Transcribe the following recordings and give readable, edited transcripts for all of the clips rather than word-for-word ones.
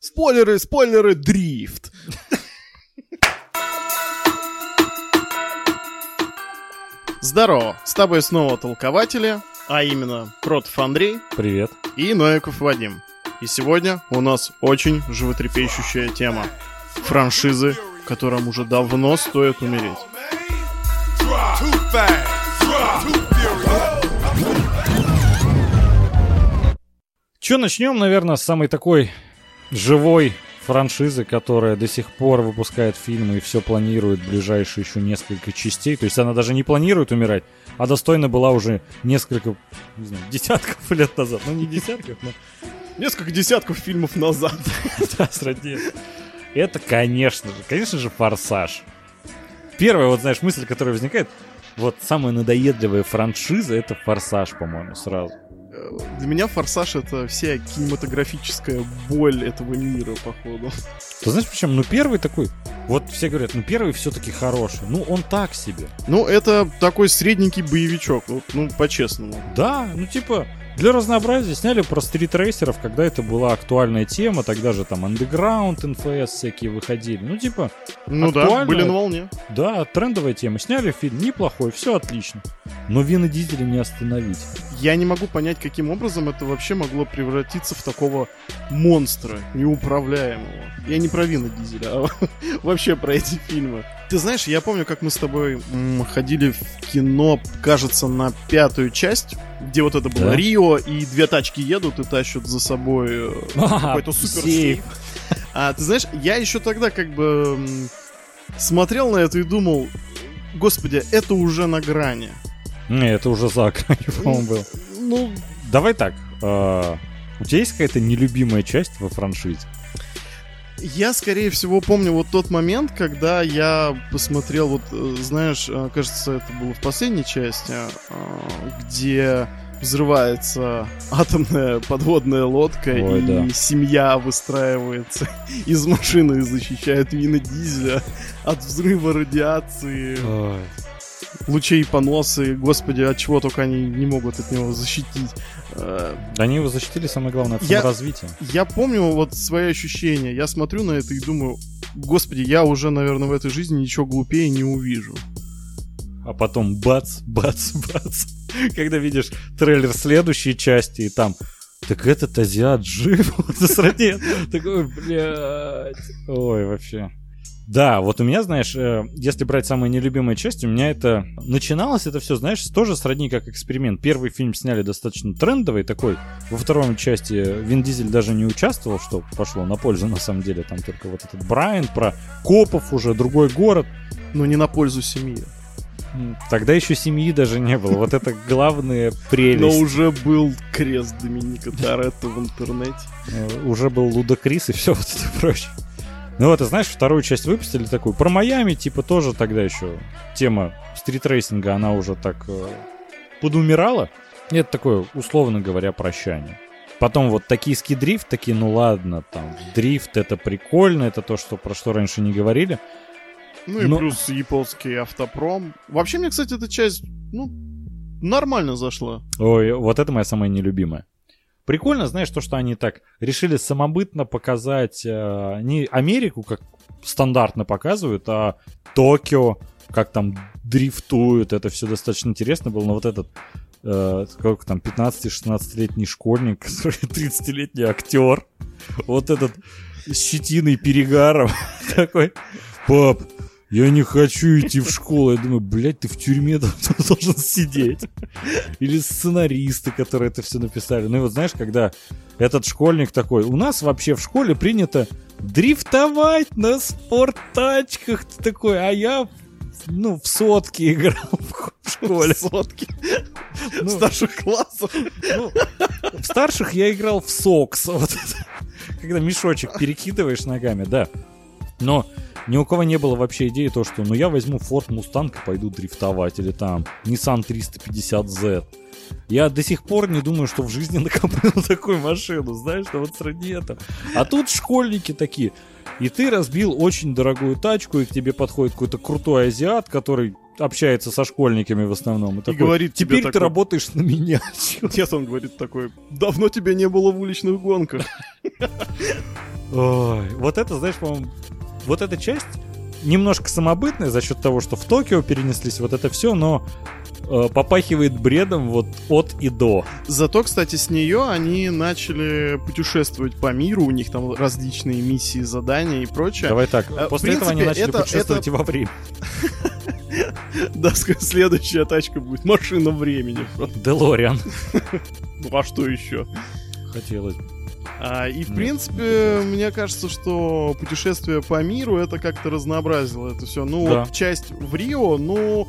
Спойлеры, дрифт. Здорово, с тобой снова толкователи, а именно Кротов Андрей. Привет. И Новиков Вадим. И сегодня у нас очень животрепещущая тема. Франшизы, которым уже давно стоит умереть. Че, начнем, наверное, с самой такой живой франшизы, которая до сих пор выпускает фильмы и все планирует в ближайшие еще несколько частей. То есть она даже не планирует умирать, а достойна была уже несколько, не знаю, десятков лет назад. Ну, не десятков, но... Несколько десятков фильмов назад. Да, сродни. Это, конечно же, «Форсаж». Первая, вот, знаешь, мысль, которая возникает, вот самая надоедливая франшиза — это «Форсаж», по-моему, сразу. Для меня «Форсаж» — это вся кинематографическая боль этого мира, походу. Ты знаешь, причем, первый такой... Вот все говорят, первый все-таки хороший. Он так себе. Это такой средненький боевичок, по-честному. Да, типа... Для разнообразия сняли про стритрейсеров, когда это была актуальная тема. Тогда же там Underground, НФС всякие выходили. Да, были на волне. Да, трендовая тема. Сняли фильм, неплохой, все отлично. Но Вина Дизеля не остановить. Я не могу понять, каким образом это вообще могло превратиться в такого монстра неуправляемого. Я не про Вина Дизеля, а вообще про эти фильмы. Ты знаешь, я помню, как мы с тобой ходили в кино, кажется, на 5-ю часть, где вот это было Рио, и две тачки едут и тащат за собой какой-то суперсейф. Ты знаешь, я еще тогда смотрел на это и думал, господи, это уже на грани. Не, это уже за гранью, по-моему, было. Давай так, у тебя есть какая-то нелюбимая часть во франшизе? Я, скорее всего, помню вот тот момент, когда я посмотрел, знаешь, кажется, это было в последней части, где взрывается атомная подводная лодка, семья выстраивается из машины и защищает Вина Дизеля от взрыва радиации, лучей поноса, господи, от чего только они не могут от него защитить. Они его защитили, самое главное, от саморазвития. Я помню свои ощущения. Я смотрю на это и думаю, господи, я уже, наверное, в этой жизни ничего глупее не увижу. А потом бац, бац, бац. Когда видишь трейлер следующей части, и там, так этот азиат жив, такой, блядь. Ой, вообще. Да, вот у меня, знаешь, если брать самые нелюбимые части, у меня это... Начиналось это все, знаешь, тоже сродни как эксперимент. Первый фильм сняли достаточно трендовый такой. Во второй части Вин Дизель даже не участвовал, что пошло на пользу, на самом деле. Там только вот этот Брайан, про копов уже, другой город. Но не на пользу семьи. Тогда еще семьи даже не было. Вот это главная прелесть. Но уже был крест Доминика Торетто в интернете. Уже был Лудакрис и все вот это прочее. Ты знаешь, вторую часть выпустили такую. Про Майами, типа, тоже тогда еще тема стритрейсинга, она уже так подумирала. И это такое, условно говоря, прощание. Потом вот токийский дрифт, такие, ладно, там, дрифт, это прикольно, это то, про что раньше не говорили. Плюс японский автопром. Вообще, мне, кстати, эта часть, нормально зашла. Ой, вот это моя самая нелюбимая. Прикольно, знаешь, то, что они так решили самобытно показать не Америку, как стандартно показывают, а Токио, как там дрифтуют. Это все достаточно интересно было. Но вот этот, 15-16-летний школьник, 30-летний актер, вот этот с щетиной перегаром такой, пап, я не хочу идти в школу. Я думаю, блядь, ты в тюрьме должен сидеть. Или сценаристы, которые это все написали. Знаешь, когда этот школьник такой, у нас вообще в школе принято дрифтовать на спорттачках. Ты такой, а я в сотки играл в школе. В сотки? В старших классах? В старших я играл в сокс. Когда мешочек перекидываешь ногами, да. Но ни у кого не было вообще идеи то, что я возьму Ford Mustang и пойду дрифтовать. Или там Nissan 350Z. Я до сих пор не думаю, что в жизни накоплю такую машину. Знаешь, что вот среди этого. А тут школьники такие. И ты разбил очень дорогую тачку, и к тебе подходит какой-то крутой азиат, который общается со школьниками в основном. И такой, говорит тебе теперь ты такой... работаешь на меня. Нет, он говорит такой, давно тебя не было в уличных гонках. Ой, вот это, знаешь, по-моему, вот эта часть немножко самобытная за счет того, что в Токио перенеслись, вот это все, но попахивает бредом вот от и до. Зато, кстати, с нее они начали путешествовать по миру, у них там различные миссии, задания и прочее. Давай так, после этого они начали путешествовать и во время. Да, следующая тачка будет машина времени. Делориан. Ну а что еще? Хотелось бы. И, в принципе, мне кажется, что путешествие по миру это как-то разнообразило это все. Ну, да. Вот часть в Рио, ну,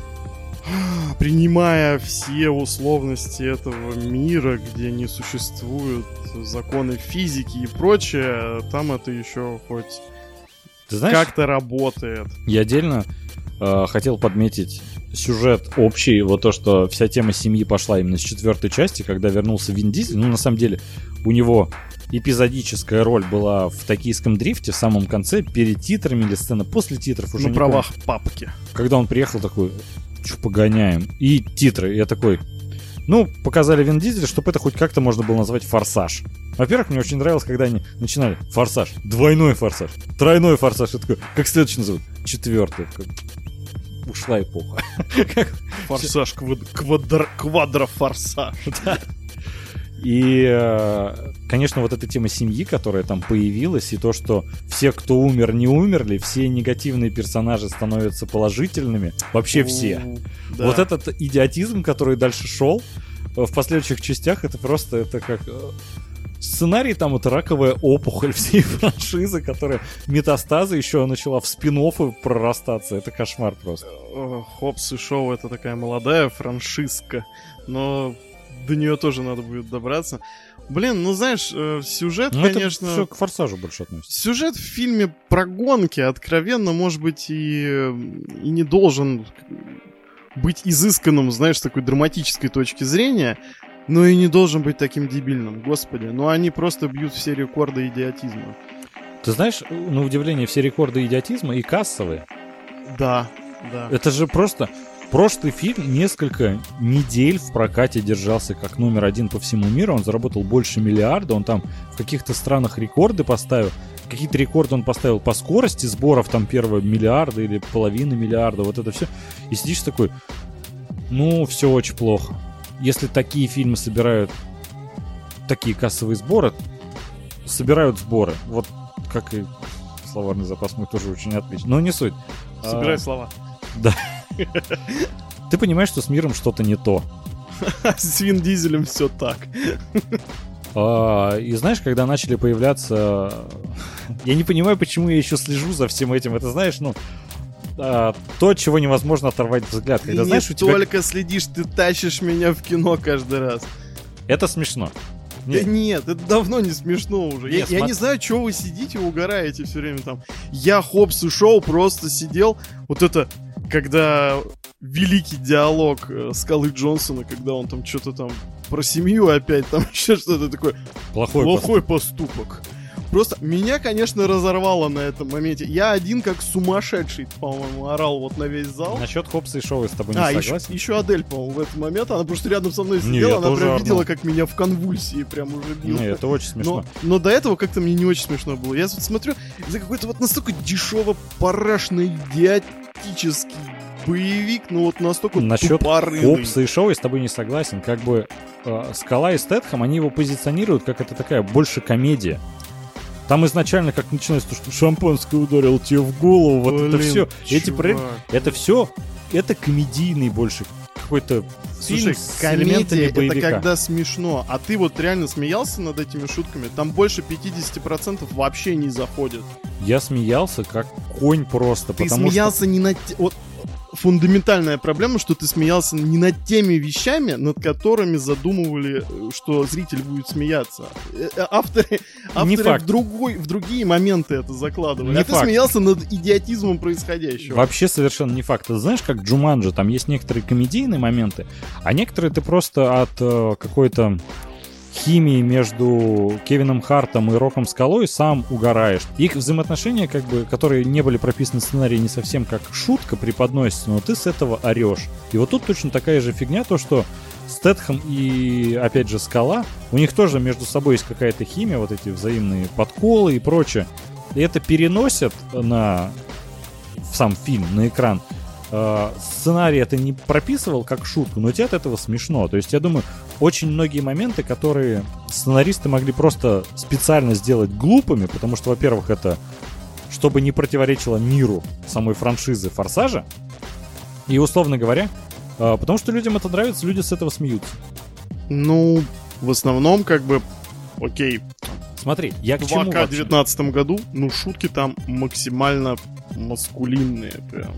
принимая все условности этого мира, где не существуют законы физики и прочее, там это еще хоть ты знаешь, как-то работает. Я отдельно хотел подметить сюжет общий, вот то, что вся тема семьи пошла именно с 4-й части, когда вернулся Вин Дизель. Ну, на самом деле, у него эпизодическая роль была в токийском дрифте в самом конце, перед титрами или сцена после титров. Уже на правах папки. Когда он приехал такой, что погоняем? И титры. Я такой, ну, показали Вин Дизеля, чтобы это хоть как-то можно было назвать форсаж. Во-первых, мне очень нравилось, когда они начинали форсаж, двойной форсаж, тройной форсаж. Я такой, как следующий назовут? 4-й. Ушла эпоха. Форсаж, квадрофорсаж. Да. И, конечно, вот эта тема семьи, которая там появилась, и то, что все, кто умер, не умерли, все негативные персонажи становятся положительными, вообще все. Да. Вот этот идиотизм, который дальше шел в последующих частях, это просто, это как... Сценарий там это раковая опухоль всей франшизы, которая метастазы еще начала в спин-оффы прорастаться. Это кошмар просто. Хопс и Шоу — это такая молодая франшизка, но до нее тоже надо будет добраться. Блин, ну знаешь, сюжет, ну, конечно... Это все к форсажу больше относится. Сюжет в фильме про гонки откровенно, может быть, и не должен быть изысканным, знаешь, с такой драматической точки зрения, но и не должен быть таким дебильным, господи. Ну они просто бьют все рекорды идиотизма. Ты знаешь, на удивление, все рекорды идиотизма и кассовые. Да, да. Это же просто... Прошлый фильм несколько недель в прокате держался как номер 1 по всему миру. Он заработал больше миллиарда. Он там в каких-то странах рекорды поставил. Какие-то рекорды он поставил по скорости сборов. Там первого миллиарда или половины миллиарда. Вот это все. И сидишь такой... Ну, все очень плохо. Если такие фильмы собирают такие кассовые сборы, собирают сборы. Вот как и словарный запас мой тоже очень отличный. Но не суть. Собирай слова. Да. Ты понимаешь, что с миром что-то не то. С Вин Дизелем все так. И знаешь, когда начали появляться... Я не понимаю, почему я еще слежу за всем этим. Это, знаешь, ну... то, от чего невозможно оторвать взгляд. Когда, Ты знаешь, не только следишь, ты тащишь меня в кино каждый раз. Это смешно. Нет. Да нет, это давно не смешно уже. Нет, я не знаю, чего вы сидите и угораете все время там. Я, Хопс и Шоу просто сидел. Вот это, когда великий диалог Скалы Джонсона, когда он там что-то там про семью опять, там еще что-то такое. Плохой поступок. Просто меня, конечно, разорвало на этом моменте. Я один как сумасшедший, по-моему, орал вот на весь зал. Насчет Хопса и Шоу я с тобой не согласен. Еще Адель, по-моему, в этот момент. Она просто рядом со мной сидела, она прям видела, как меня в конвульсии прям уже бил. Не, это очень смешно. Но до этого как-то мне не очень смешно было. Я вот смотрю, за какой-то вот настолько дешево-парашный, идиотический боевик, ну вот настолько тупорылый. Насчет Хопса и Шоу я с тобой не согласен. Как бы Скала и Стэтхэм, они его позиционируют как это такая больше комедия. Там изначально как начинается, что шампанское ударил тебе в голову, вот это все. Это все, это комедийный больше какой-то фильм с элементами боевика. Это когда смешно, а ты вот реально смеялся над этими шутками? Там больше 50% вообще не заходит. Я смеялся как конь просто. Ты смеялся не над... Вот фундаментальная проблема, что ты смеялся не над теми вещами, над которыми задумывали, что зритель будет смеяться. Авторы в другие моменты это закладывали. Ты смеялся над идиотизмом происходящего. Вообще совершенно не факт. Ты знаешь, как Джуманджи, там есть некоторые комедийные моменты, а некоторые ты просто от какой-то химии между Кевином Хартом и Роком Скалой, сам угораешь. Их взаимоотношения, как бы, которые не были прописаны в сценарии, не совсем как шутка преподносятся, но ты с этого орешь. И вот тут точно такая же фигня, то что Стэтхэм и, опять же, Скала, у них тоже между собой есть какая-то химия, вот эти взаимные подколы и прочее. И это переносят в сам фильм, на экран. Сценарий это не прописывал как шутку, но тебе от этого смешно. То есть я думаю, очень многие моменты, которые сценаристы могли просто специально сделать глупыми, потому что, во-первых, это чтобы не противоречило миру самой франшизы «Форсажа», и, условно говоря, потому что людям это нравится, люди с этого смеются. Ну, в основном, как бы, окей. Смотри, я к чему вообще? В 2019 году, ну, шутки там максимально маскулинные прям.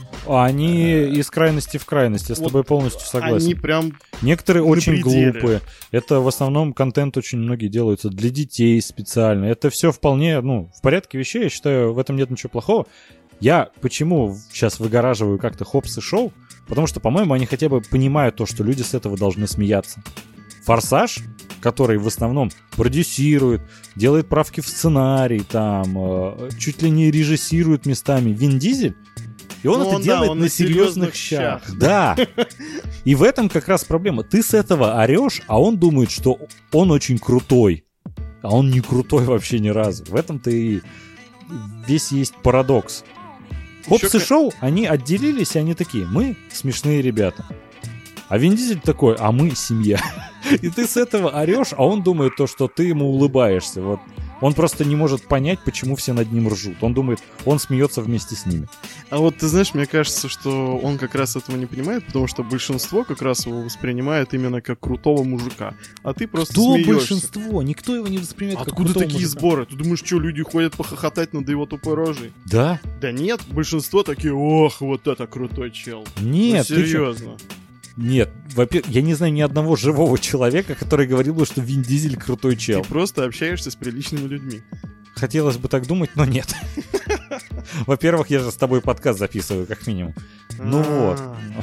Они из крайности в крайность, я с тобой полностью согласен. Они прям некоторые очень глупые. Это в основном контент очень многие делаются для детей специально. Это все вполне, в порядке вещей. Я считаю, в этом нет ничего плохого. Я почему сейчас выгораживаю как-то Хоббс и Шоу? Потому что, по-моему, они хотя бы понимают то, что люди с этого должны смеяться. «Форсаж», который в основном продюсирует, делает правки в сценарий, там, чуть ли не режиссирует местами Вин Дизель, и он это делает на серьезных щах. Да. И в этом как раз проблема. Ты с этого орешь, а он думает, что он очень крутой. А он не крутой вообще ни разу. В этом-то и весь есть парадокс. Хоббс и Шоу, они отделились, и они такие: мы смешные ребята. А Вин Дизель такой: а мы семья. И ты с этого орешь, а он думает то, что ты ему улыбаешься. Вот. Он просто не может понять, почему все над ним ржут. Он думает, он смеется вместе с ними. А вот ты знаешь, мне кажется, что он как раз этого не понимает, потому что большинство как раз его воспринимает именно как крутого мужика. А ты просто смеешься. Кто большинство? Никто его не воспринимает как крутого Откуда такие мужика? сборы? Ты думаешь, что люди ходят похохотать над его тупой рожей? Да? Да нет, большинство такие: ох, вот это крутой чел. Нет, ну, серьезно. Нет, во-первых, я не знаю ни одного живого человека, который говорил бы, что Вин Дизель крутой чел. Ты просто общаешься с приличными людьми. Хотелось бы так думать, но нет. Во-первых, я же с тобой подкаст записываю, как минимум. Ну вот.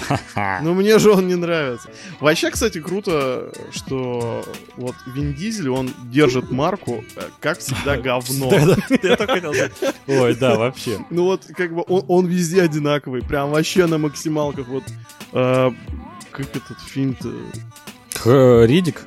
Ну мне же он не нравится. Вообще, кстати, круто, что вот Вин Дизель, он держит марку, как всегда, говно. Я так хотел сказать. Ой, да, вообще. Ну вот, как бы, он везде одинаковый, прям вообще на максималках. Вот, как этот фильм-то? Риддик?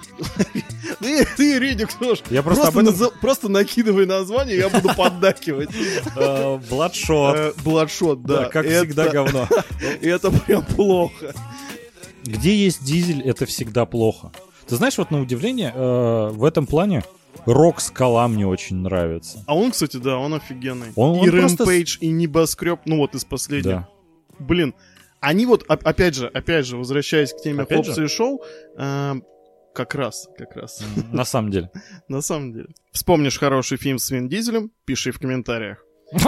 Ты, Риддик, тоже. Я просто накидывай название, я буду поддакивать. Бладшот. Бладшот, да. Как всегда говно. И это прям плохо. Где есть Дизель, это всегда плохо. Ты знаешь, вот на удивление, в этом плане Рок Скала мне очень нравится. А он, кстати, да, он офигенный. Он и Рэмпейдж, и Небоскреб, ну вот из последних. Да. Блин, они вот, опять же, возвращаясь к теме Хоббса и Шоу, как раз. На самом деле. На самом деле. Вспомнишь хороший фильм с Вин Дизелем? Пиши в комментариях.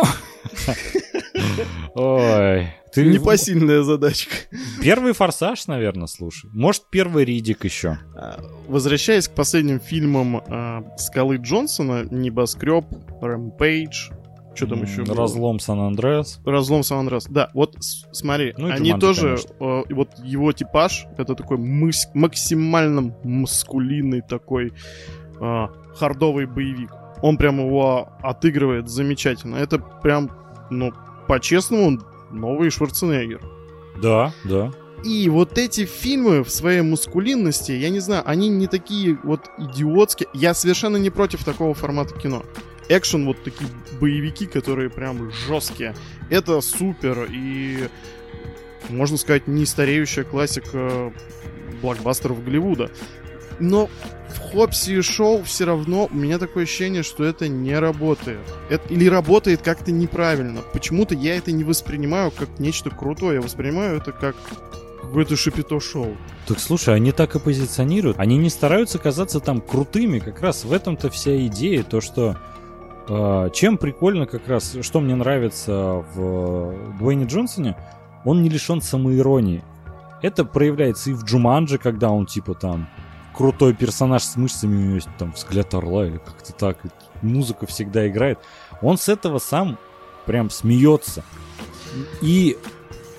Ой. Непосильная задачка. Первый «Форсаж», наверное, слушай. Может, первый «Риддик» еще. Возвращаясь к последним фильмам Скалы Джонсона, «Небоскреб», «Рэмпейдж», что там еще было? «Разлом Сан-Андреас». «Разлом Сан-Андреас». Да, вот смотри, ну, они тоже, вот его типаж, это такой максимально маскулинный такой хардовый боевик. Он прям его отыгрывает замечательно. Это прям, по-честному, новый Шварценеггер. Да. И вот эти фильмы в своей маскулинности, я не знаю, они не такие вот идиотские. Я совершенно не против такого формата кино. Экшен, вот такие боевики, которые прям жесткие. Это супер. И, можно сказать, не стареющая классика блокбастеров Голливуда. Но в Хоббсе и Шоу все равно у меня такое ощущение, что это не работает. Или работает как-то неправильно. Почему-то я это не воспринимаю как нечто крутое. Я воспринимаю это как какое-то шапито-шоу. Так слушай, они так и позиционируют. Они не стараются казаться там крутыми. Как раз в этом-то вся идея. То, что чем прикольно как раз, что мне нравится в Дуэйне Джонсоне, он не лишен самоиронии. Это проявляется и в Джуманджи, когда он типа там крутой персонаж с мышцами, у него есть там взгляд орла или как-то так. Музыка всегда играет. Он с этого сам прям смеется. И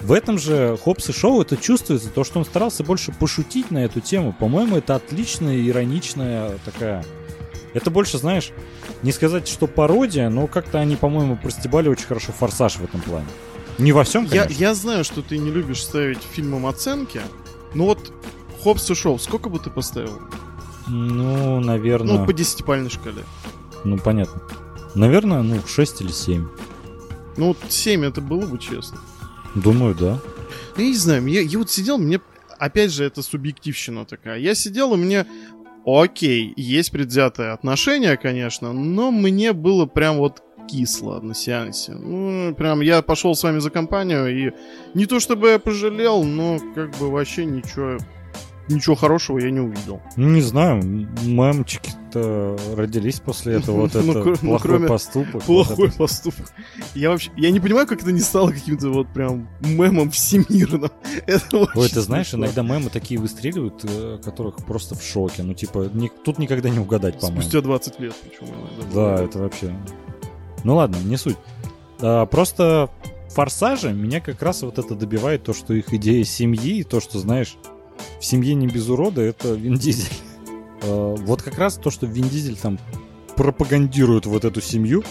в этом же Хоббс и Шоу это чувствуется, то, что он старался больше пошутить на эту тему. По-моему, это отличная, ироничная такая... Это больше, знаешь, не сказать, что пародия, но как-то они, по-моему, простебали очень хорошо «Форсаж» в этом плане. Не во всем, конечно. Я знаю, что ты не любишь ставить фильмам оценки, но вот «Хоббс и Шоу» сколько бы ты поставил? Ну, наверное... Ну, по 10-бальной шкале. Ну, понятно. Наверное, 6 или 7. Ну, вот 7 это было бы честно. Думаю, да. Я не знаю, я вот сидел, мне... Опять же, это субъективщина такая. Я сидел, и мне... Окей, есть предвзятое отношение, конечно, но мне было прям вот кисло на сеансе. Ну, прям я пошел с вами за компанию, и не то чтобы я пожалел, но как бы вообще ничего хорошего я не увидел. Ну, не знаю, мемчики-то родились после этого. Вот это плохой поступок. Плохой поступок. Я не понимаю, как это не стало каким-то вот прям мемом всемирным. Ой, ты знаешь, иногда мемы такие выстреливают, которых просто в шоке. Ну, типа, тут никогда не угадать, по-моему. Спустя 20 лет, причем. Да, это вообще... Ну ладно, не суть. Просто в «Форсаже» меня как раз вот это добивает, то, что их идея семьи, и то, что, знаешь, в семье не без урода, это Вин Дизель. Вот как раз то, что Вин Дизель там пропагандирует вот эту семью.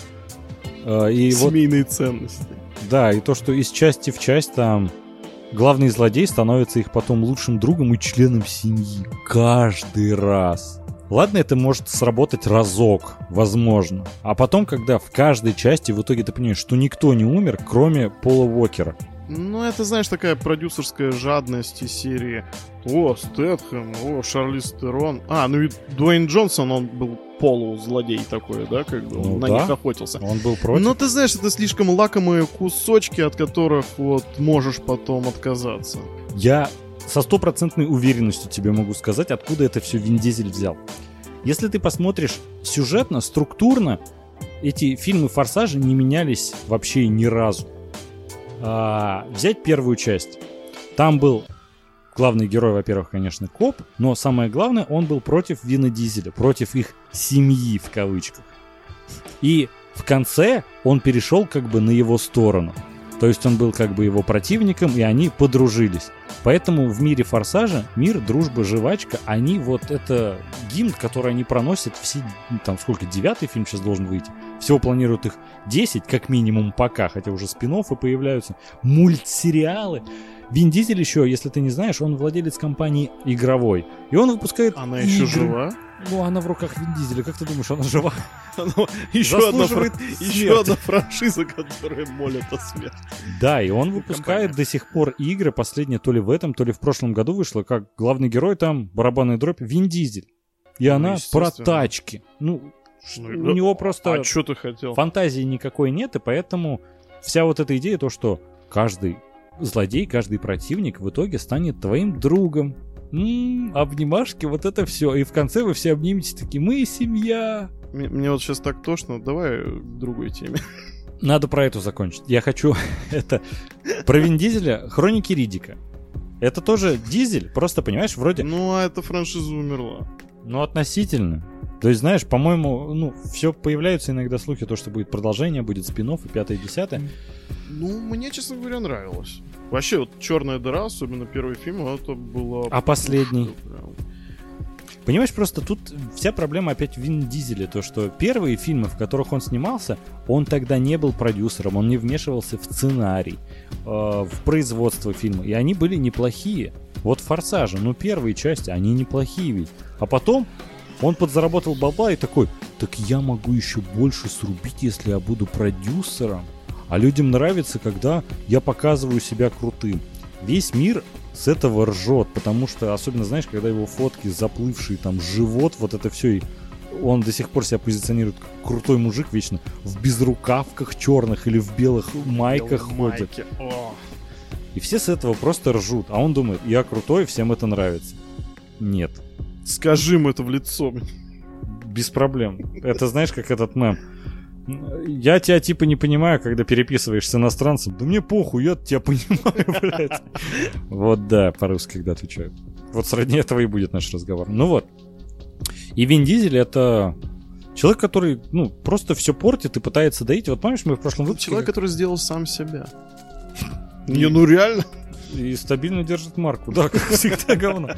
И семейные ценности. Да, и то, что из части в часть там главный злодей становится их потом лучшим другом и членом семьи. Каждый раз. Ладно, это может сработать разок, возможно. А потом, когда в каждой части в итоге ты понимаешь, что никто не умер, кроме Пола Уокера. Ну, это, знаешь, такая продюсерская жадность из серии «О, Стэтхэм, о, Шарлиз Терон». Ну и Дуэйн Джонсон, он был полузлодей такой, да, как бы он на них охотился. Он был против. Но ты знаешь, это слишком лакомые кусочки, от которых вот можешь потом отказаться. Я со стопроцентной уверенностью тебе могу сказать, откуда это все Вин Дизель взял. Если ты посмотришь сюжетно, структурно, эти фильмы «Форсажи» не менялись вообще ни разу. Взять первую часть. Там был главный герой, во-первых, конечно, коп, но самое главное, он был против Вина Дизеля, против их семьи, в кавычках. И в конце он перешел как бы на его сторону. То есть он был как бы его противником, и они подружились. Поэтому в мире «Форсажа» мир, дружба, жвачка, они вот это гимн, который они проносят все, там сколько, 9-й фильм сейчас должен выйти. Всего планируют их 10, как минимум пока, хотя уже спин-оффы появляются, мультсериалы. Вин Дизель еще, если ты не знаешь, он владелец компании игровой. И он выпускает Она еще жива? Ну, она в руках Вин Дизеля. Как ты думаешь, она жива? Еще одна франшиза, которая молит о смерти. Да, и он выпускает до сих пор игры. Последняя то ли в этом, то ли в прошлом году вышла, как главный герой там, барабанная дробь, Вин Дизель. И она про тачки. Ну, у него просто... А что ты хотел? Фантазии никакой нет, и поэтому вся вот эта идея, то, что каждый злодей, каждый противник в итоге станет твоим другом. Обнимашки, вот это все. И в конце вы все обниметесь такие: мы семья. Мне вот сейчас так тошно. Давай к другой теме. Надо про эту закончить. Я хочу это... Про Вин Дизеля «Хроники Риддика». Это тоже Дизель, просто, понимаешь, вроде... Ну, а эта франшиза умерла. Ну, относительно. То есть, знаешь, по-моему, все появляются иногда слухи, то, что будет продолжение, будет спин-офф и 5-е, 10-е. Ну, мне, честно говоря, нравилось. Вообще, вот «Черная дыра», особенно первый фильм, это было... А последний? Понимаешь, просто тут вся проблема опять в Вин Дизеле. То, что первые фильмы, в которых он снимался, он тогда не был продюсером, он не вмешивался в сценарий, в производство фильма. И они были неплохие. Вот «Форсажи», первые части, они неплохие ведь. А потом он подзаработал бабла и такой: так я могу еще больше срубить, если я буду продюсером. А людям нравится, когда я показываю себя крутым. Весь мир с этого ржет, потому что, особенно, знаешь, когда его фотки заплывшие, там, живот, вот это все, и он до сих пор себя позиционирует как крутой мужик вечно в безрукавках черных или в белых майках ходит. И все с этого просто ржут, а он думает: я крутой, всем это нравится. Нет. Скажи им это в лицо. Без проблем. Это знаешь, как этот мем. Я тебя типа не понимаю, когда переписываешься с иностранцем. Да мне похуй, я тебя понимаю, блядь. Вот да, по-русски когда отвечают. Вот сродни этого и будет наш разговор. Ну вот. И Вин Дизель — это человек, который, просто все портит и пытается доить. Вот помнишь, мы в прошлом выпуске... Человек, который сделал сам себя. Не, ну реально. И стабильно держит марку, да, как всегда говно.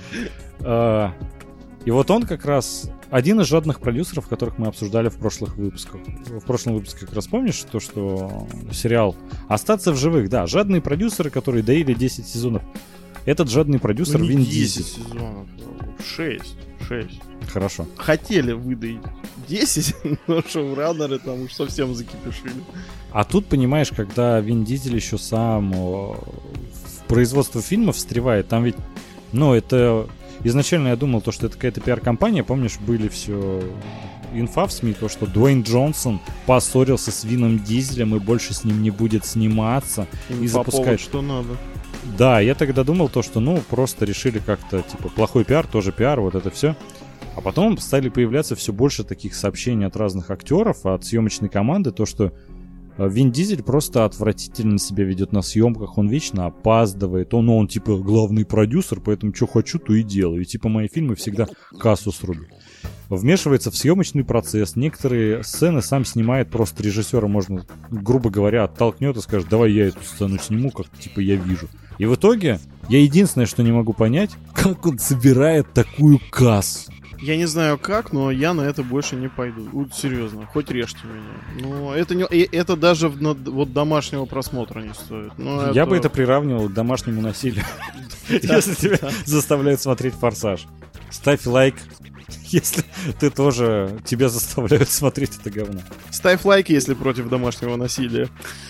И вот он как раз один из жадных продюсеров, которых мы обсуждали в прошлых выпусках. В прошлом выпуске как раз помнишь то, что сериал «Остаться в живых», да, жадные продюсеры, которые доили 10 сезонов. Этот жадный продюсер Ну, не Вин 10 Дизель. сезонов. 6. Хорошо. Хотели выдать 10, но шоураннеры там уж совсем закипишили. А тут, понимаешь, когда Вин Дизель еще сам в производство фильмов встревает, там ведь, ну, это... Изначально я думал, что это какая-то пиар-компания, помнишь, были все инфа в СМИ, то, что Дуэйн Джонсон поссорился с Вином Дизелем и больше с ним не будет сниматься и запускать. Что надо. Да, я тогда думал то, что, ну, просто решили как-то, типа, плохой пиар, тоже пиар, вот это все. А потом стали появляться все больше таких сообщений от разных актеров, от съемочной команды, то, что Вин Дизель просто отвратительно себя ведет на съемках, он вечно опаздывает, он типа главный продюсер, поэтому что хочу, то и делаю. И типа мои фильмы всегда кассу срубят. Вмешивается в съемочный процесс, некоторые сцены сам снимает, просто режиссера можно, грубо говоря, оттолкнет и скажет, давай я эту сцену сниму, как типа я вижу. И в итоге я единственное, что не могу понять, как он собирает такую кассу. Я не знаю как, но я на это больше не пойду. Вот серьезно, хоть режьте меня. Но это даже вот домашнего просмотра не стоит. Я бы это приравнивал к домашнему насилию. Если тебя заставляют смотреть «Форсаж». Ставь лайк, если ты тоже тебя заставляют смотреть это говно. Ставь лайк, если против домашнего насилия.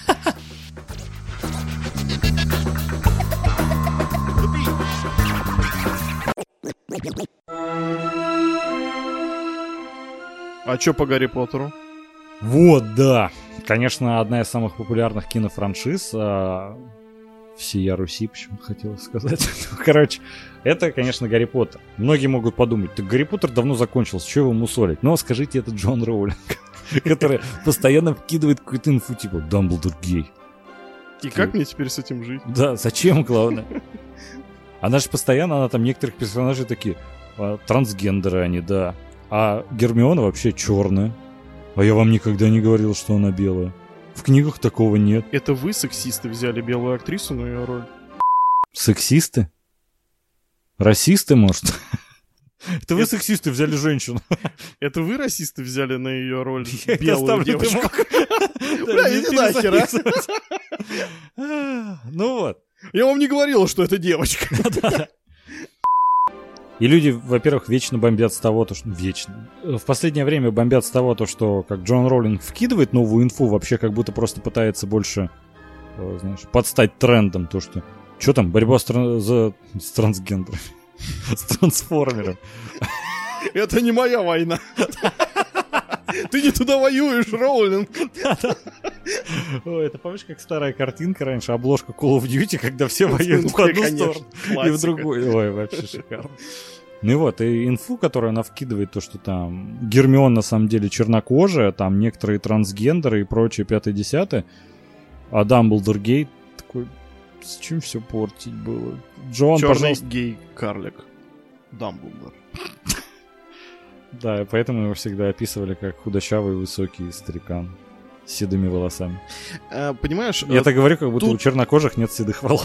А чё по Гарри Поттеру? Вот, да. Конечно, одна из самых популярных кинофраншиз. Всея Руси, почему-то хотелось сказать. Короче, это, конечно, Гарри Поттер. Многие могут подумать, так Гарри Поттер давно закончился, что его мусолить? Но скажите, это Джон Роулинг, который постоянно вкидывает какую-то инфу, типа, Дамблдор гей. И как мне теперь с этим жить? Да, зачем, главное? Она же постоянно, она там некоторых персонажей такие, трансгендеры они, да. А Гермиона вообще черная. А я вам никогда не говорил, что она белая. В книгах такого нет. Это вы, сексисты, взяли белую актрису на ее роль? Сексисты? Расисты, может? Это вы, сексисты, взяли женщину. Это вы, расисты, взяли на ее роль белую девушку? Бля, иди нахер, а? Ну вот. Я вам не говорил, что это девочка. И люди, во-первых, вечно бомбят с того, что... Вечно. В последнее время бомбят с того, что как Джон Роулинг вкидывает новую инфу, вообще как будто просто пытается больше, знаешь, подстать трендом. То, что... Что там? Борьба с трансгендерами. С трансформером. Это не моя война. Ты не туда воюешь, Роулинг. Ой, это помнишь, как старая картинка раньше, обложка Call of Duty, когда все воюют в одну сторону и в другую. Ой, вообще шикарно. Ну и вот, и инфу, которую она вкидывает, то, что там Гермиона на самом деле чернокожая, там некоторые трансгендеры и прочее, 5-10, а Дамблдор гей, такой, с чем все портить было? Джон, черный пожалуйста. гей-карлик. Дамблдор. Да, поэтому его всегда описывали как худощавый высокий старикан с седыми волосами. Понимаешь... Я так говорю, как будто у чернокожих нет седых волос.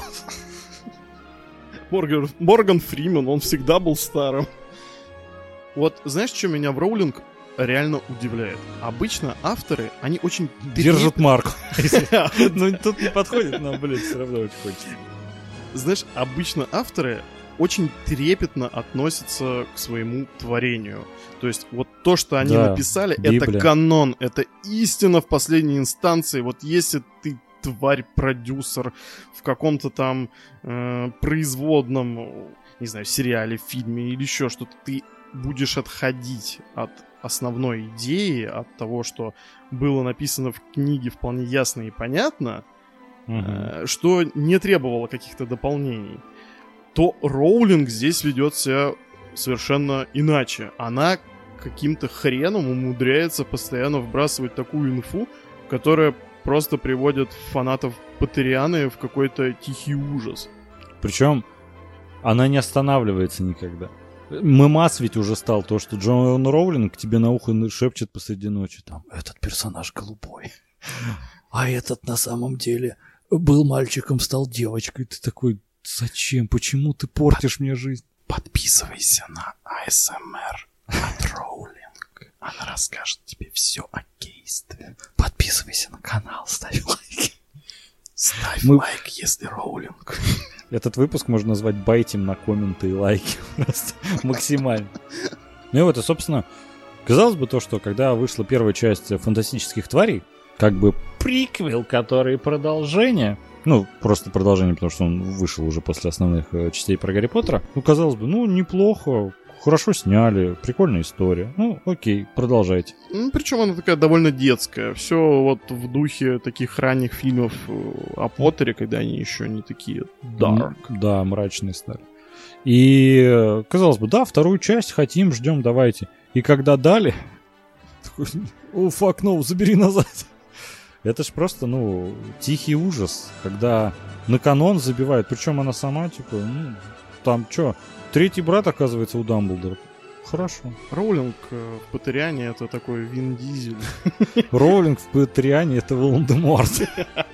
Морган Фримен, он всегда был старым. Вот знаешь, что меня в Роулинг реально удивляет? Обычно авторы, они очень... Держат марку. Ну, тут не подходит, но, блин, все равно очень хочется. Знаешь, обычно авторы очень трепетно относятся к своему творению. То есть вот то, что они написали, Библия. Это канон, это истина в последней инстанции. Вот если ты тварь-продюсер в каком-то там производном, не знаю, сериале, фильме или еще что-то, ты будешь отходить от основной идеи, от того, что было написано в книге вполне ясно и понятно, что не требовало каких-то дополнений, то Роулинг здесь ведет себя совершенно иначе. Она каким-то хреном умудряется постоянно вбрасывать такую инфу, которая просто приводит фанатов Поттерианы в какой-то тихий ужас. Причем она не останавливается никогда. Мемас ведь уже стал то, что Джон Роулинг к тебе на ухо шепчет посреди ночи. Там, этот персонаж голубой. А этот на самом деле был мальчиком, стал девочкой. Ты такой, зачем? Почему ты портишь мне жизнь? Подписывайся на ASMR от Роулинг. Она расскажет тебе все о кействе. Подписывайся на канал, ставь лайки. Ставь лайк, если Роулинг. Этот выпуск можно назвать байтим на комменты и лайки. Просто максимально. Ну и вот, и, собственно, казалось бы то, что когда вышла первая часть «Фантастических тварей», как бы приквел, который продолжение, ну, просто продолжение, потому что он вышел уже после основных частей про Гарри Поттера, ну, казалось бы, ну, неплохо, хорошо сняли, прикольная история. Ну, окей, продолжайте. Ну, причем она такая довольно детская. Все вот в духе таких ранних фильмов о Поттере, когда они еще не такие dark. Да, мрачные стали. И, казалось бы, да, вторую часть хотим, ждем, давайте. И когда дали, такой, о, fuck no, забери назад. Это ж просто, ну, тихий ужас, когда на канон забивают. Причем она сама, типа, ну, там что, третий брат, оказывается, у Дамблдора. Хорошо. Роулинг в Поттериане это такой Вин Дизель. Роулинг в Поттериане это Волан-де-Морт.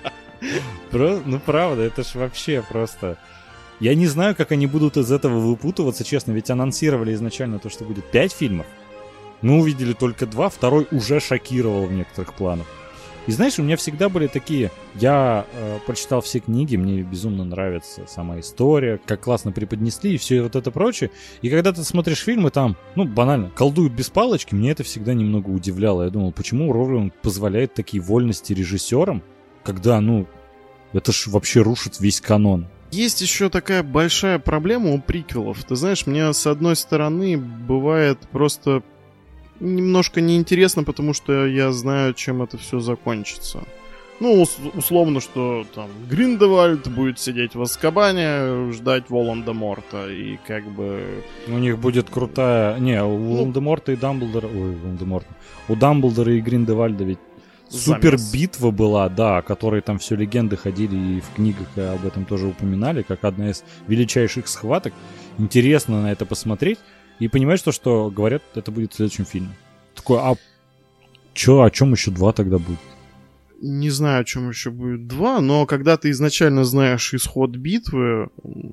Ну, правда, это ж вообще просто... Я не знаю, как они будут из этого выпутываться, честно, ведь анонсировали изначально то, что будет 5 фильмов. Мы увидели только 2, второй уже шокировал в некоторых планах. И знаешь, у меня всегда были такие... Я прочитал все книги, мне безумно нравится сама история, как классно преподнесли и все вот это прочее. И когда ты смотришь фильмы, там, ну, банально, колдуют без палочки, мне это всегда немного удивляло. Я думал, почему Роулинг позволяет такие вольности режиссерам, когда, ну, это ж вообще рушит весь канон. Есть еще такая большая проблема у приквелов. Ты знаешь, мне с одной стороны бывает просто... немножко неинтересно, потому что я знаю, чем это все закончится. Ну, условно, что там Гриндевальд будет сидеть в Азкабане, ждать Волан-де-Морта, и как бы... У них будет крутая... Не, у Волан-де-Морта и Дамблдора... Ой, Волан-де-Морта. У Дамблдора и Гриндевальда ведь супер битва была, да, о которой там все легенды ходили, и в книгах об этом тоже упоминали, как одна из величайших схваток. Интересно на это посмотреть. И понимаешь то, что говорят, это будет в следующем фильме. Такой, а чё, о чем еще 2 тогда будет? Не знаю, о чем еще будет 2, но когда ты изначально знаешь исход битвы,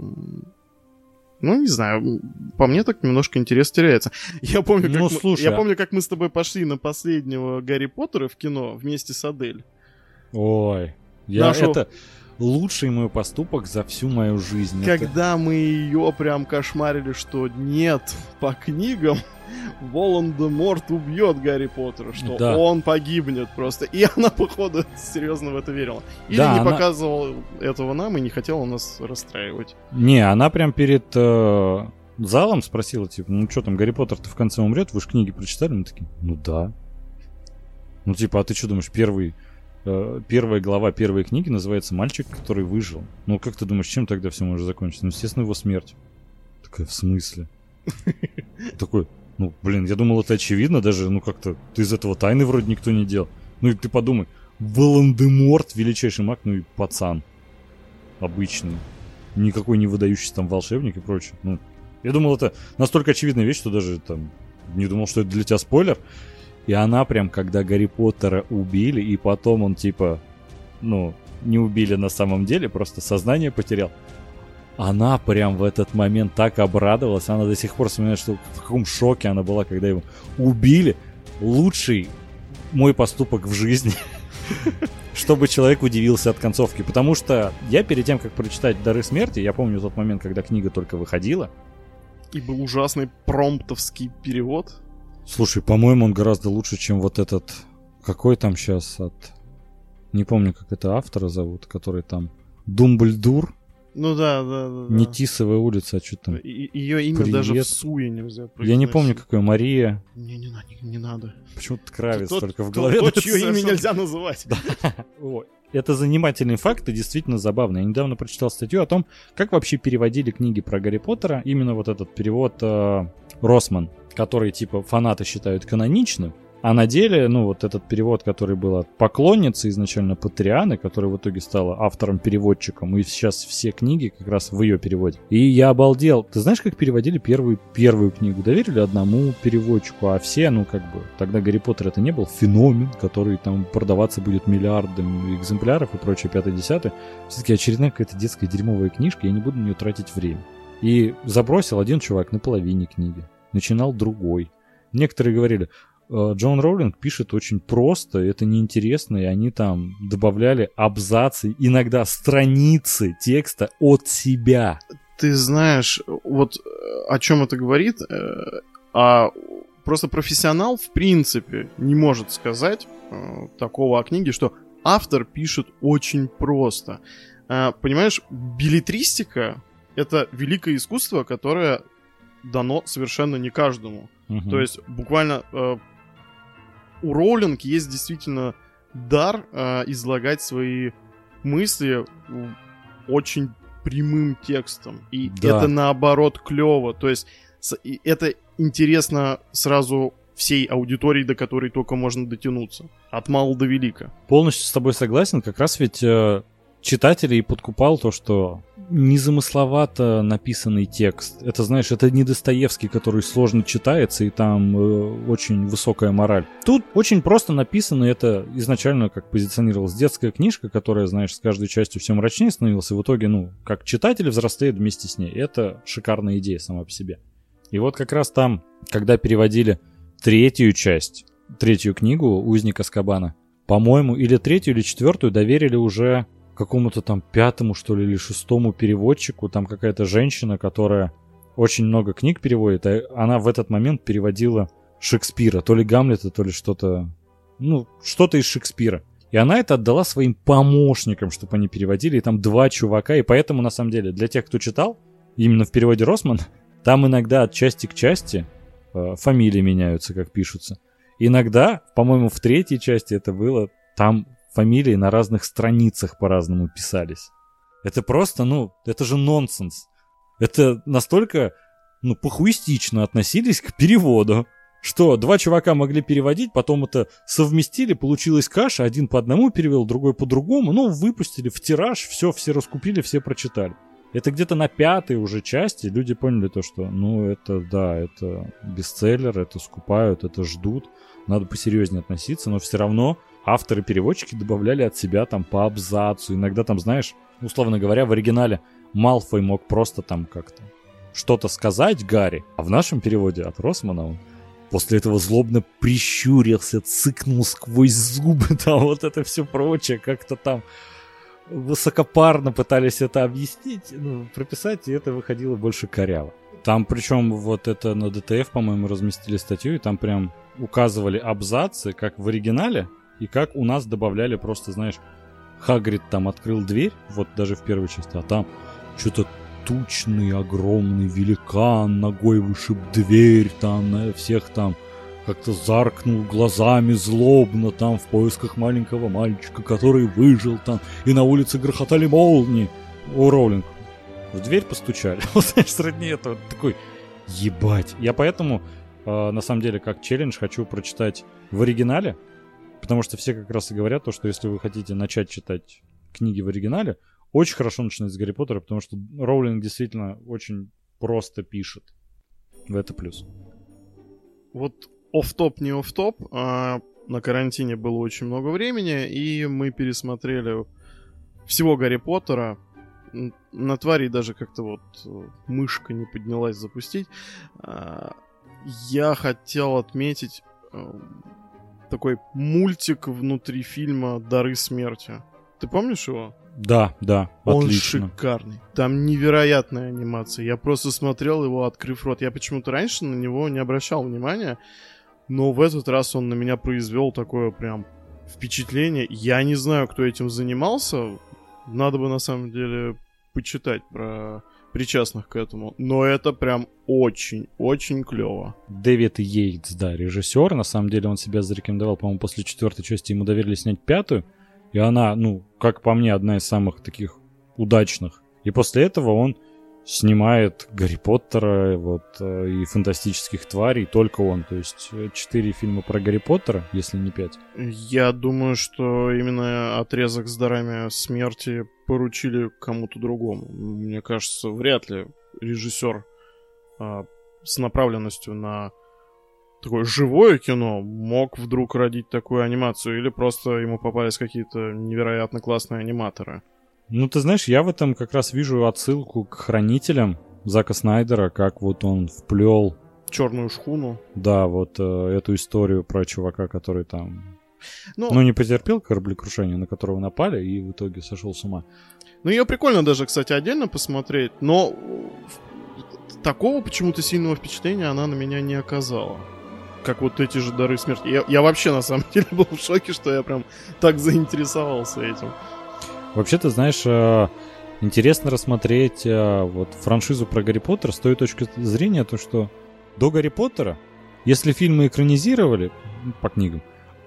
ну, не знаю, по мне так немножко интерес теряется. Я помню, как мы с тобой пошли на последнего Гарри Поттера в кино вместе с Адель. Ой, это... лучший мой поступок за всю мою жизнь. Когда мы ее прям кошмарили, что нет, по книгам Волан-де-Морт убьет Гарри Поттера, что он погибнет просто. И она, походу, серьезно в это верила. Или не показывала этого нам и не хотела нас расстраивать. Не, она прям перед залом спросила, типа, ну что там, Гарри Поттер-то в конце умрет? Вы же книги прочитали? Мы такие, ну да. Ну типа, а ты что думаешь, первая глава первой книги называется «Мальчик, который выжил». Ну, как ты думаешь, чем тогда все может закончиться? Ну, естественно, его смерть. Такая, в смысле? Такой, ну, блин, я думал, это очевидно даже, ну, как-то ты из этого тайны вроде никто не делал. Ну, и ты подумай, Волан-де-Морт, величайший маг, ну и пацан. Обычный. Никакой не выдающийся там волшебник и прочее. Ну, я думал, это настолько очевидная вещь, что даже там не думал, что это для тебя спойлер. И она прям, когда Гарри Поттера убили, и потом он типа, ну, не убили на самом деле, просто сознание потерял. Она прям в этот момент так обрадовалась. Она до сих пор вспоминает, что в каком шоке она была, когда его убили. Лучший мой поступок в жизни. Чтобы человек удивился от концовки. Потому что я перед тем, как прочитать «Дары смерти», я помню тот момент, когда книга только выходила. И был ужасный промптовский перевод. Слушай, по-моему, он гораздо лучше, чем вот этот... Какой там сейчас от... Не помню, как это автора зовут, который там... Думблдур. Ну да. Не Тисовая улица, а что там? Ее имя Привет. Даже в суе нельзя произносить. Я не помню, какое. Мария. Не надо. Почему-то Кравец только в голове. То, чье имя нельзя называть. Это занимательный факт и действительно забавно. Я недавно прочитал статью о том, как вообще переводили книги про Гарри Поттера. Именно вот этот перевод Росман, который типа фанаты считают каноничным. А на деле, ну, вот этот перевод, который был от поклонницы изначально Патрианы, которая в итоге стала автором-переводчиком, и сейчас все книги как раз в ее переводе. И я обалдел. Ты знаешь, как переводили первую книгу? Доверили одному переводчику, а все, ну, как бы, тогда Гарри Поттер это не был феномен, который там продаваться будет миллиардами экземпляров и прочее, 5-10. Все-таки очередная какая-то детская дерьмовая книжка, я не буду на нее тратить время. И забросил один чувак на половине книги. Начинал другой. Некоторые говорили, Джон Роулинг пишет очень просто, это неинтересно, и они там добавляли абзацы, иногда страницы текста от себя. Ты знаешь, вот о чем это говорит, просто профессионал в принципе не может сказать такого о книге, что автор пишет очень просто. Понимаешь, беллетристика — это великое искусство, которое дано совершенно не каждому. То есть буквально у Роулинг есть действительно дар излагать свои мысли очень прямым текстом. И это наоборот клево. То есть это интересно сразу всей аудитории, до которой только можно дотянуться. От мала до велика. Полностью с тобой согласен. Как раз ведь читателей подкупал то, что незамысловато написанный текст. Это, знаешь, это не Достоевский, который сложно читается, и там очень высокая мораль. Тут очень просто написано, это изначально как позиционировалась детская книжка, которая, знаешь, с каждой частью все мрачнее становилась, и в итоге, ну, как читатель взрослеет вместе с ней. Это шикарная идея сама по себе. И вот как раз там, когда переводили третью книгу «Узник Азкабана», по-моему, или третью, или четвертую доверили уже какому-то там 5-му, что ли, или 6-му переводчику. Там какая-то женщина, которая очень много книг переводит, а она в этот момент переводила Шекспира, то ли Гамлета, то ли что-то, ну, что-то из Шекспира. И она это отдала своим помощникам, чтобы они переводили, и там 2 чувака, и поэтому, на самом деле, для тех, кто читал, именно в переводе Росман, там иногда от части к части фамилии меняются, как пишутся. Иногда, по-моему, в 3-й части это было, там фамилии на разных страницах по-разному писались. Это просто, ну, это же нонсенс. Это настолько, ну, похуистично относились к переводу, что 2 чувака могли переводить, потом это совместили, получилась каша, один по одному перевел, другой по другому, ну, выпустили в тираж, все раскупили, все прочитали. Это где-то на 5-й уже части люди поняли то, что, ну, это, да, это бестселлер, это скупают, это ждут, надо посерьезнее относиться, но все равно авторы-переводчики добавляли от себя там по абзацу. Иногда там, знаешь, условно говоря, в оригинале Малфой мог просто там как-то что-то сказать Гарри, а в нашем переводе от Росмана он после этого злобно прищурился, цыкнул сквозь зубы, там вот это все прочее, как-то там высокопарно пытались это объяснить, ну, прописать, и это выходило больше коряво. Там причем вот это на ДТФ, по-моему, разместили статью, и там прям указывали абзацы, как в оригинале, и как у нас добавляли просто, знаешь, Хагрид там открыл дверь, вот даже в первой части, а там что-то тучный, огромный великан ногой вышиб дверь, там на всех там как-то заркнул глазами злобно там в поисках маленького мальчика, который выжил там, и на улице грохотали молнии. У Роулинг в дверь постучали. Вот, знаешь, сродни этого такой, ебать. Я поэтому, на самом деле, как челлендж хочу прочитать в оригинале, потому что все как раз и говорят то, что если вы хотите начать читать книги в оригинале, очень хорошо начинать с Гарри Поттера, потому что Роулинг действительно очень просто пишет. В это плюс. Вот офф-топ, не офф-топ. На карантине было очень много времени, и мы пересмотрели всего Гарри Поттера. На твари даже как-то вот мышка не поднялась запустить. Я хотел отметить такой мультик внутри фильма «Дары смерти». Ты помнишь его? Да, Он отлично. шикарный. Там невероятная анимация. Я просто смотрел его, открыв рот. Я почему-то раньше на него не обращал внимания, но в этот раз он на меня произвел такое прям впечатление. Я не знаю, кто этим занимался. Надо бы на самом деле почитать про причастных к этому. Но это прям очень-очень клево. Дэвид Йейтс, да, режиссер. На самом деле он себя зарекомендовал, по-моему, после 4-й части ему доверили снять 5-ю. И она, ну, как по мне, одна из самых таких удачных. И после этого он снимает Гарри Поттера вот, и фантастических тварей, только он. То есть 4 фильма про Гарри Поттера, если не 5. Я думаю, что именно отрезок с дарами смерти поручили кому-то другому. Мне кажется, вряд ли режиссер с направленностью на такое живое кино мог вдруг родить такую анимацию, или просто ему попались какие-то невероятно классные аниматоры. Ну, ты знаешь, я в этом как раз вижу отсылку к «Хранителям» Зака Снайдера, как вот он вплел... Черную шхуну. Да, вот эту историю про чувака, который там... Ну, не потерпел кораблекрушение, на которого напали, и в итоге сошел с ума. Ну, ее прикольно даже, кстати, отдельно посмотреть, но такого почему-то сильного впечатления она на меня не оказала. Как вот эти же дары смерти. Я вообще, на самом деле, был в шоке, что я прям так заинтересовался этим. Вообще, ты знаешь, интересно рассмотреть вот франшизу про Гарри Поттера с той точки зрения, то, что до Гарри Поттера, если фильмы экранизировали по книгам,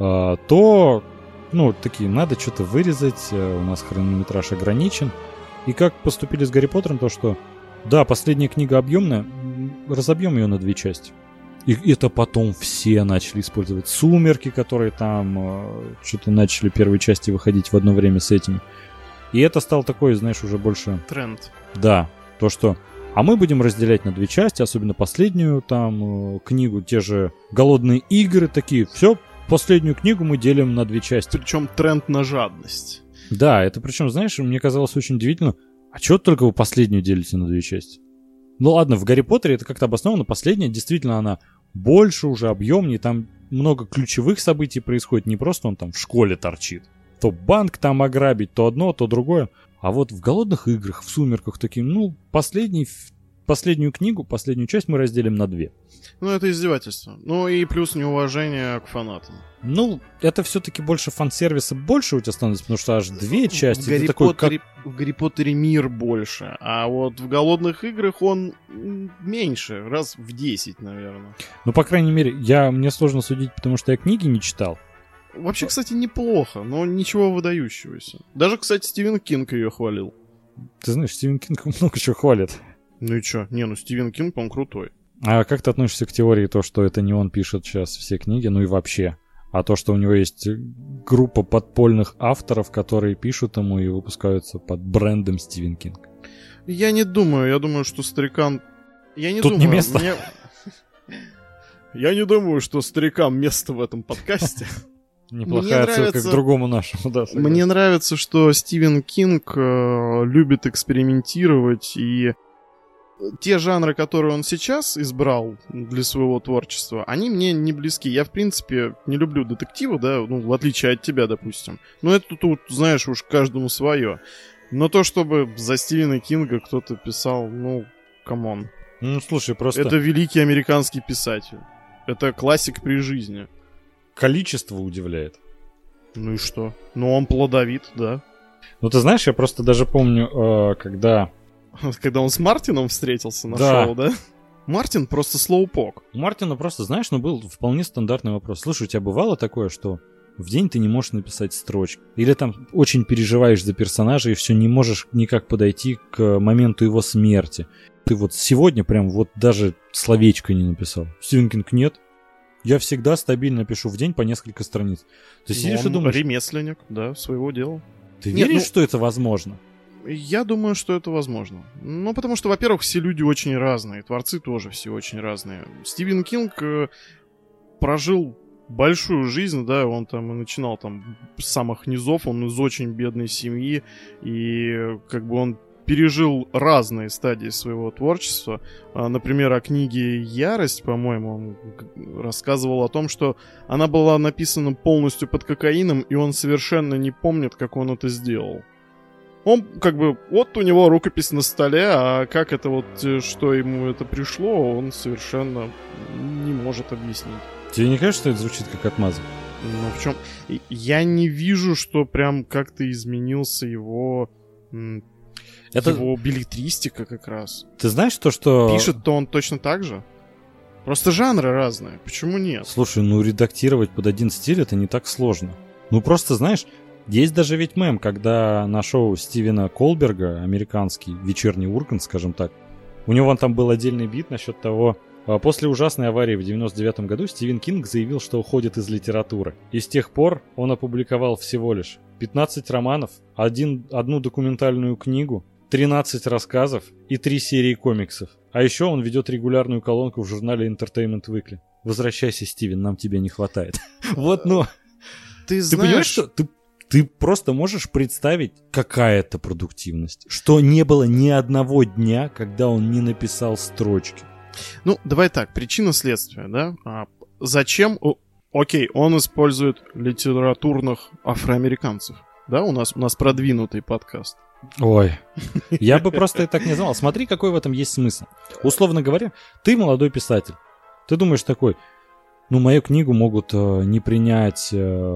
то, ну, такие, надо что-то вырезать, у нас хронометраж ограничен. И как поступили с Гарри Поттером, то, что, да, последняя книга объемная, разобьем ее на 2 части. И это потом все начали использовать «Сумерки», которые там что-то начали первые части выходить в одно время с этими. И это стал такой, знаешь, уже больше... Тренд. Да, то, что... А мы будем разделять на 2 части, особенно последнюю там книгу, те же «Голодные игры», такие. Все, последнюю книгу мы делим на 2 части. Причем тренд на жадность. Да, это причем, знаешь, мне казалось очень удивительно. А чего только вы последнюю делите на 2 части? Ну ладно, в Гарри Поттере это как-то обосновано, последняя действительно она больше уже, объемнее, там много ключевых событий происходит, не просто он там в школе торчит. То банк там ограбить, то одно, то другое. А вот в «Голодных играх», в «Сумерках» такие, ну, последнюю книгу, последнюю часть мы разделим на 2. Ну, это издевательство. Ну, и плюс неуважение к фанатам. Ну, это все-таки больше фан-сервиса больше у тебя становится, потому что аж 2 части. В Гарри Поттере мир больше, а вот в «Голодных играх» он меньше, раз в 10, наверное. Ну, по крайней мере, мне сложно судить, потому что я книги не читал. Вообще, кстати, неплохо, но ничего выдающегося. Даже, кстати, Стивен Кинг ее хвалил. Ты знаешь, Стивен Кинг много чего хвалит. Ну и чё? Ну Стивен Кинг, по-моему, крутой. А как ты относишься к теории, то, что это не он пишет сейчас все книги, ну и вообще? А то, что у него есть группа подпольных авторов, которые пишут ему и выпускаются под брендом Стивен Кинг? Я не думаю. Я думаю, что старикан... Я не Тут думаю. не место. Я не думаю, что старикам место в этом подкасте. Неплохая отсылка к другому нашему, да. Согласен. Мне нравится, что Стивен Кинг любит экспериментировать, и те жанры, которые он сейчас избрал для своего творчества, они мне не близки. Я, в принципе, не люблю детективы, да, ну, в отличие от тебя, допустим. Но это тут, знаешь, уж каждому свое. Но то, чтобы за Стивена Кинга кто-то писал, ну, камон. Ну, слушай, просто... Это великий американский писатель. Это классик при жизни. Количество удивляет. Ну и что? Ну, он плодовит, да. Ну, ты знаешь, я просто даже помню, когда... Когда он с Мартином встретился на шоу, да? Мартин просто слоупок. У Мартина просто, знаешь, был вполне стандартный вопрос. Слушай, у тебя бывало такое, что в день ты не можешь написать строчку? Или там очень переживаешь за персонажа и все не можешь никак подойти к моменту его смерти? Ты вот сегодня прям вот даже словечко не написал. Стивен Кинг нет. Я всегда стабильно пишу в день по несколько страниц. Ты сидишь и думаешь... ремесленник, да, своего дела. Ты веришь, что это возможно? Я думаю, что это возможно. Ну, потому что, во-первых, все люди очень разные. Творцы тоже все очень разные. Стивен Кинг прожил большую жизнь, да, он там и начинал там с самых низов, он из очень бедной семьи, и как бы он пережил разные стадии своего творчества. Например, о книге «Ярость», по-моему, он рассказывал о том, что она была написана полностью под кокаином, и он совершенно не помнит, как он это сделал. Он, как бы, вот у него рукопись на столе, а как это вот, что ему это пришло, он совершенно не может объяснить. Тебе не кажется, что это звучит как отмазок? Ну, в чем? Я не вижу, что прям как-то изменился его... Его беллетристика как раз. Ты знаешь то, что... Пишет-то он точно так же? Просто жанры разные. Почему нет? Слушай, ну редактировать под один стиль это не так сложно. Ну просто, знаешь, есть даже ведь мем, когда на шоу Стивена Колберга, американский вечерний Ургант, скажем так, У него вон там был отдельный бит насчет того... После ужасной аварии в 99 году Стивен Кинг заявил, что уходит из литературы. И с тех пор он опубликовал всего лишь 15 романов, одну документальную книгу, 13 рассказов и 3 серии комиксов. А еще он ведет регулярную колонку в журнале Entertainment Weekly. Возвращайся, Стивен, нам тебя не хватает. Вот, ну... Ты понимаешь, что... Ты просто можешь представить, какая это продуктивность. Что не было ни одного дня, когда он не написал строчки. Ну, давай так, причина следствия, да? Зачем... Окей, он использует литературных афроамериканцев. Да, у нас продвинутый подкаст. Ой, я бы просто так не знал. Смотри, какой в этом есть смысл. Условно говоря, ты молодой писатель. Ты думаешь такой, ну, мою книгу могут не принять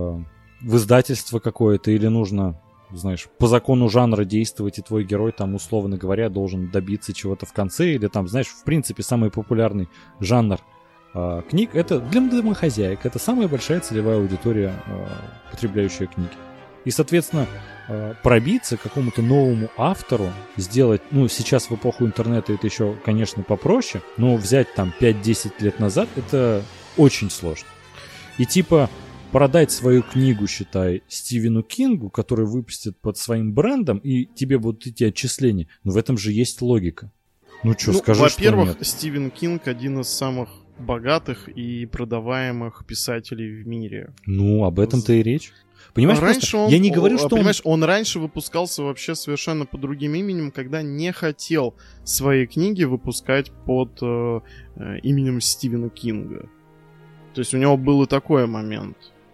в издательство какое-то, или нужно, знаешь, по закону жанра действовать, и твой герой там, условно говоря, должен добиться чего-то в конце, или там, знаешь, в принципе, самый популярный жанр книг — это для домохозяек, это самая большая целевая аудитория, потребляющая книги. И, соответственно, пробиться к какому-то новому автору, сделать, ну, сейчас в эпоху интернета это еще, конечно, попроще, но взять там 5-10 лет назад это очень сложно. И типа продать свою книгу, считай, Стивену Кингу, который выпустит под своим брендом, и тебе будут идти отчисления, ну, в этом же есть логика. Ну, что, скажи, во-первых, что нет. Стивен Кинг один из самых богатых и продаваемых писателей в мире. Ну, об этом-то и речь. Понимаешь, раньше он, я не говорю, что он раньше выпускался вообще совершенно под другим именем, когда не хотел свои книги выпускать под именем Стивена Кинга. То есть у него был и такой момент.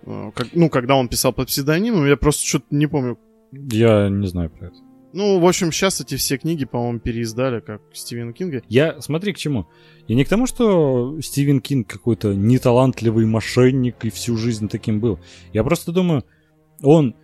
Когда он писал под псевдонимом, я просто что-то не помню. Я не знаю про это. Ну, в общем, сейчас эти все книги, по-моему, переиздали, как Стивена Кинга. Смотри, к чему. Я не к тому, что Стивен Кинг какой-то неталантливый мошенник и всю жизнь таким был. Я просто думаю, он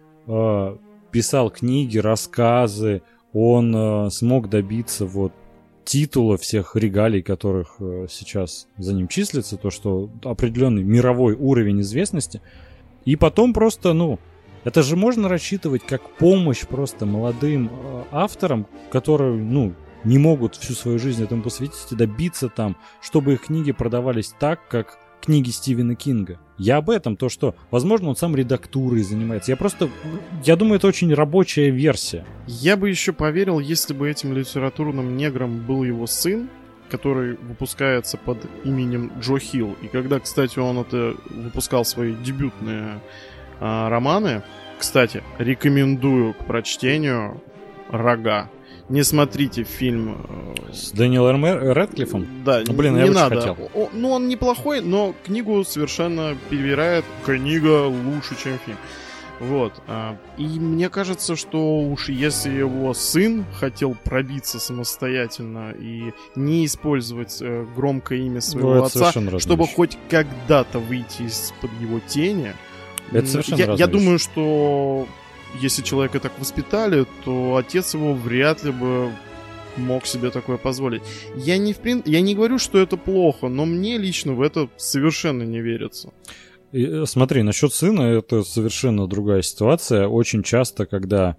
писал книги, рассказы, он смог добиться вот титула, всех регалий, которых сейчас за ним числится, то, что определенный мировой уровень известности. И потом просто, это же можно рассчитывать как помощь просто молодым авторам, которые, не могут всю свою жизнь этому посвятить и добиться там, чтобы их книги продавались так, как книги Стивена Кинга. Я об этом, то что, возможно, он сам редактурой занимается. Я думаю, это очень рабочая версия. Я бы еще поверил, если бы этим литературным негром был его сын, который выпускается под именем Джо Хилл. И когда, кстати, он выпускал свои дебютные романы, кстати, рекомендую к прочтению «Рога». Не смотрите фильм с Дэниелом Рэдклиффом? Да, блин, не я надо. Хотел. Он неплохой, но книгу совершенно перевирает. Книга лучше, чем фильм. Вот. И мне кажется, что уж если его сын хотел пробиться самостоятельно и не использовать громкое имя своего отца, чтобы хоть когда-то выйти из-под его тени, это совершенно я думаю, что если человека так воспитали, то отец его вряд ли бы мог себе такое позволить. Я не говорю, что это плохо, но мне лично в это совершенно не верится. Смотри, насчет сына это совершенно другая ситуация. Очень часто, когда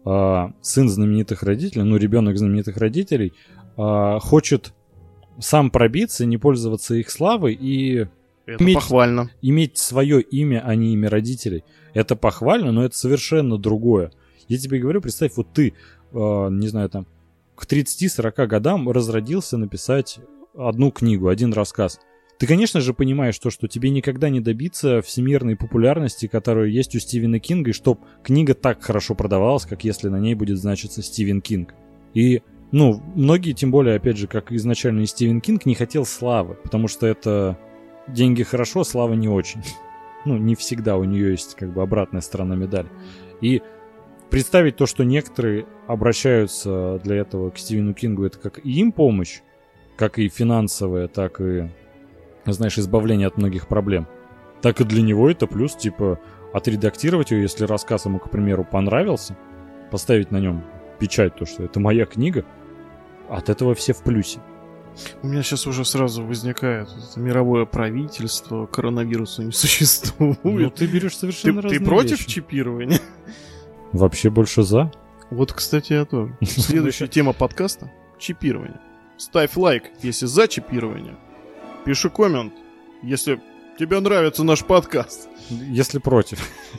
сын знаменитых родителей, ребенок знаменитых родителей, хочет сам пробиться, не пользоваться их славой и похвально. Иметь свое имя, а не имя родителей. Это похвально, но это совершенно другое. Я тебе говорю, представь, вот ты, не знаю, там, к 30-40 годам разродился написать одну книгу, один рассказ. Ты, конечно же, понимаешь то, что тебе никогда не добиться всемирной популярности, которая есть у Стивена Кинга, и чтоб книга так хорошо продавалась, как если на ней будет значиться Стивен Кинг. И, многие, тем более, опять же, как изначально и Стивен Кинг, не хотел славы, потому что это деньги хорошо, слава не очень. Не всегда у нее есть как бы обратная сторона медали. И представить то, что некоторые обращаются для этого к Стивену Кингу, это как и им помощь, как и финансовая, так и, знаешь, избавление от многих проблем, так и для него это плюс, типа, отредактировать ее, если рассказ ему, к примеру, понравился, поставить на нем печать, то, что это моя книга, от этого все в плюсе. У меня сейчас уже сразу возникает мировое правительство, коронавируса не существует. Ты берешь совершенно разные Ты против вещи. Чипирования? Вообще больше за. Вот, кстати, я тоже. Следующая тема подкаста — чипирование. Ставь лайк, если за чипирование. Пиши коммент, если тебе нравится наш подкаст. Если против.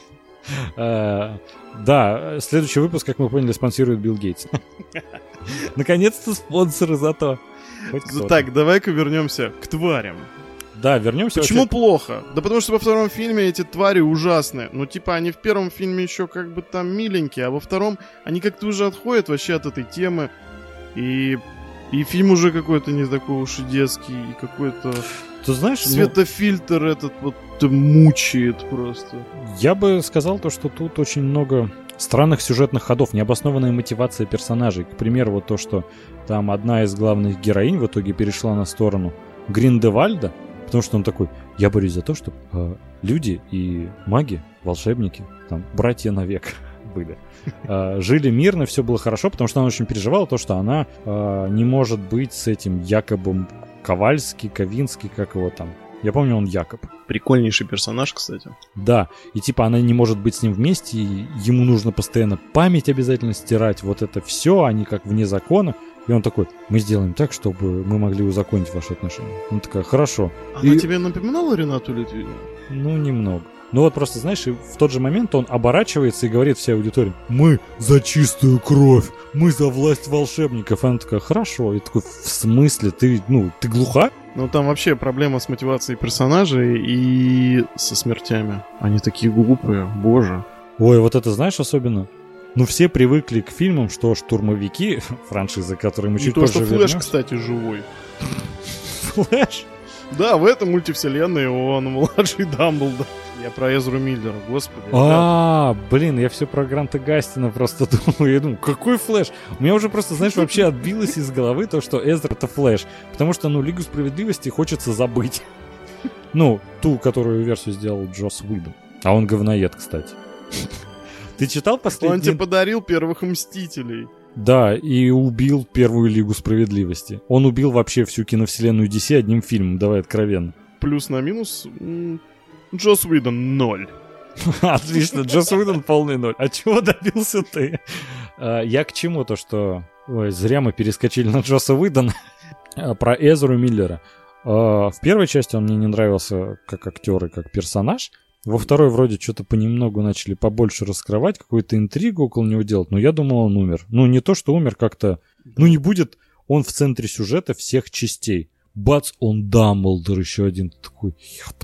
Да, следующий выпуск, как мы поняли, спонсирует Билл Гейтс. Наконец-то спонсоры зато. Так, давай-ка вернемся к тварям. Да, вернемся. Почему плохо? Да потому что во втором фильме эти твари ужасные. Ну, типа, они в первом фильме еще как бы там миленькие, а во втором они как-то уже отходят вообще от этой темы. И фильм уже какой-то не такой уж и детский, и какой-то... Ты знаешь, светофильтр этот вот мучает просто. Я бы сказал то, что тут очень много странных сюжетных ходов, необоснованная мотивация персонажей. К примеру, вот то, что там одна из главных героинь в итоге перешла на сторону Гриндевальда, потому что он такой: я борюсь за то, чтобы люди и маги, волшебники, там, братья навек были. Жили мирно, все было хорошо, потому что она очень переживала то, что она не может быть с этим Якобом Ковинский, как его там. Я помню, он Якоб. Прикольнейший персонаж, кстати. Да, и типа она не может быть с ним вместе, и ему нужно постоянно память обязательно стирать, вот это все, они как вне закона. И он такой: мы сделаем так, чтобы мы могли узаконить ваши отношения. Он такая: хорошо. Она тебе напоминала Ренату Литвину? Ну, немного. Ну вот просто, знаешь, и в тот же момент он оборачивается и говорит всей аудитории: мы за чистую кровь, мы за власть волшебников. И она такая: хорошо. И такой: в смысле? Ты глуха? Ну там вообще проблема с мотивацией персонажей и со смертями. Они такие глупые, боже. Ой, вот это знаешь особенно? Ну, все привыкли к фильмам, что штурмовики, франшиза, которые мы чуть позже вернемся. Флэш, кстати, живой. Флэш? Да, в этом мультивселенной он младший Дамблдор. Я про Эзру Миллера, господи. Блин, я все про Гранта Гастина просто думаю. Я думаю, какой Флэш? У меня уже просто, знаешь, вообще отбилось из головы то, что Эзра — это Флэш. Потому что, Лигу Справедливости хочется забыть. Ну, ту, которую версию сделал Джосс Уидон. А он говноед, кстати. Ты читал последний... Он тебе подарил первых Мстителей. Да, и убил первую Лигу Справедливости. Он убил вообще всю киновселенную DC одним фильмом, давай откровенно. Плюс на минус... Джосс Уидон 0. Отлично, Джосс Уидон полный 0. А чего добился ты? Я к чему то, что... Ой, зря мы перескочили на Джосса Уидона. Про Эзру Миллера. В первой части он мне не нравился как актер и как персонаж. Во второй вроде что-то понемногу начали побольше раскрывать, какую-то интригу около него делать, но я думал, он умер. Ну, не то, что умер как-то... Ну, не будет он в центре сюжета всех частей. Бац, он Дамблдор еще один. Ты такой...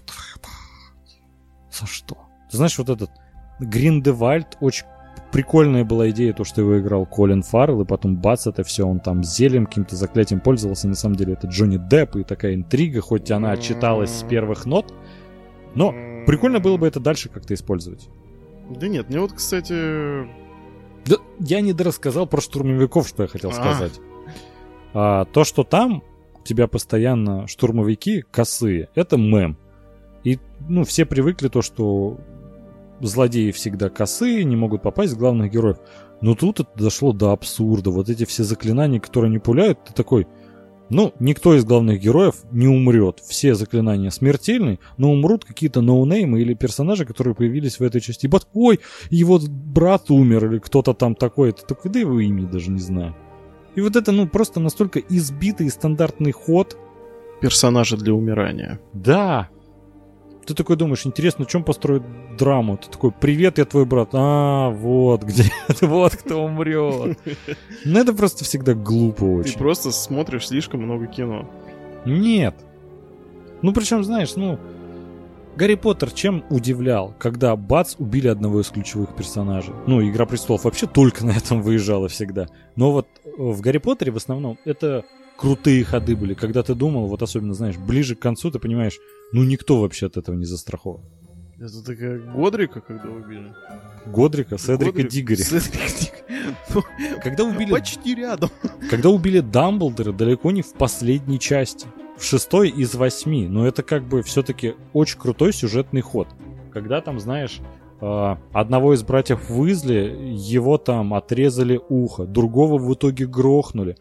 За что? Ты знаешь, вот этот Гриндевальд, очень прикольная была идея, то, что его играл Колин Фаррелл, и потом бац, это все, он там зельем, каким-то заклятием пользовался, на самом деле это Джонни Депп, и такая интрига, хоть она читалась с первых нот, но прикольно было бы это дальше как-то использовать. Да нет, мне вот, кстати... Да, я не дорассказал про штурмовиков, что я хотел сказать. То, что там у тебя постоянно штурмовики косые, это мем. И, все привыкли то, что злодеи всегда косые, не могут попасть в главных героев. Но тут это дошло до абсурда. Вот эти все заклинания, которые они пуляют, ты такой... никто из главных героев не умрет. Все заклинания смертельны, но умрут какие-то ноунеймы или персонажи, которые появились в этой части. И ой, его брат умер, или кто-то там такой. Ты такой: да его имя даже не знаю. И вот это, просто настолько избитый стандартный ход. Персонажи для умирания. Да. Ты такой думаешь: интересно, в чем построить драму? Ты такой: привет, я твой брат. Вот где, вот кто умрет. Это просто всегда глупо очень. Ты просто смотришь слишком много кино. Нет. Причем, знаешь, Гарри Поттер чем удивлял, когда бац, убили одного из ключевых персонажей. Игра престолов вообще только на этом выезжала всегда. Но вот в Гарри Поттере в основном это крутые ходы были, когда ты думал, вот особенно, знаешь, ближе к концу ты понимаешь, никто вообще от этого не застрахован. Это такая Годрика, когда убили? Годрика? Седрика Диггори. Когда убили... Почти рядом. Когда убили Дамблдора, далеко не в последней части. В 6-й из 8. Но это все-таки очень крутой сюжетный ход. Когда там, знаешь, одного из братьев Уизли, его там отрезали ухо, другого в итоге грохнули.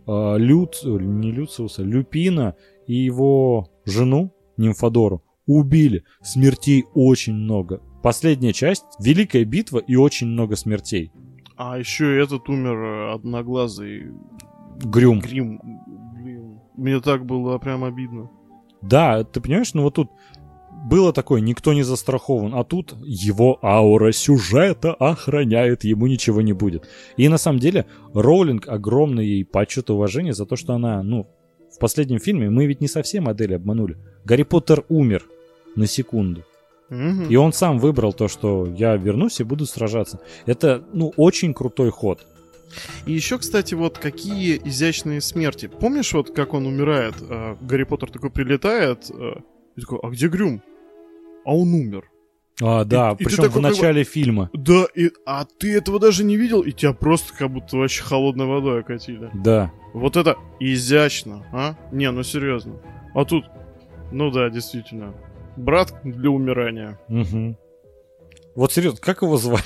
Люпина и его жену, Нимфодору, убили. Смертей очень много. Последняя часть — великая битва и очень много смертей. А еще этот умер одноглазый. Грюм. Блин, Мне так было прям обидно. Да, ты понимаешь, ну вот тут было такое, никто не застрахован, а тут его аура сюжета охраняет, ему ничего не будет. И на самом деле Роулинг, огромное ей почет и уважение за то, что она, ну, в последнем фильме, мы ведь не совсем модели обманули. Гарри Поттер умер на секунду. И он сам выбрал то, что я вернусь и буду сражаться. Это, ну, очень крутой ход. И еще, кстати, вот какие изящные смерти. Помнишь, вот как он умирает? Гарри Поттер такой прилетает, и такой, а где Грюм? А он умер. А, да, и причем в начале фильма. Да, а ты этого даже не видел, и тебя просто как будто вообще холодной водой окатили. Да. Вот это изящно, а? Не, ну серьезно. А тут, ну да, действительно. Брат для умирания. Угу. Вот серьезно, как его звали?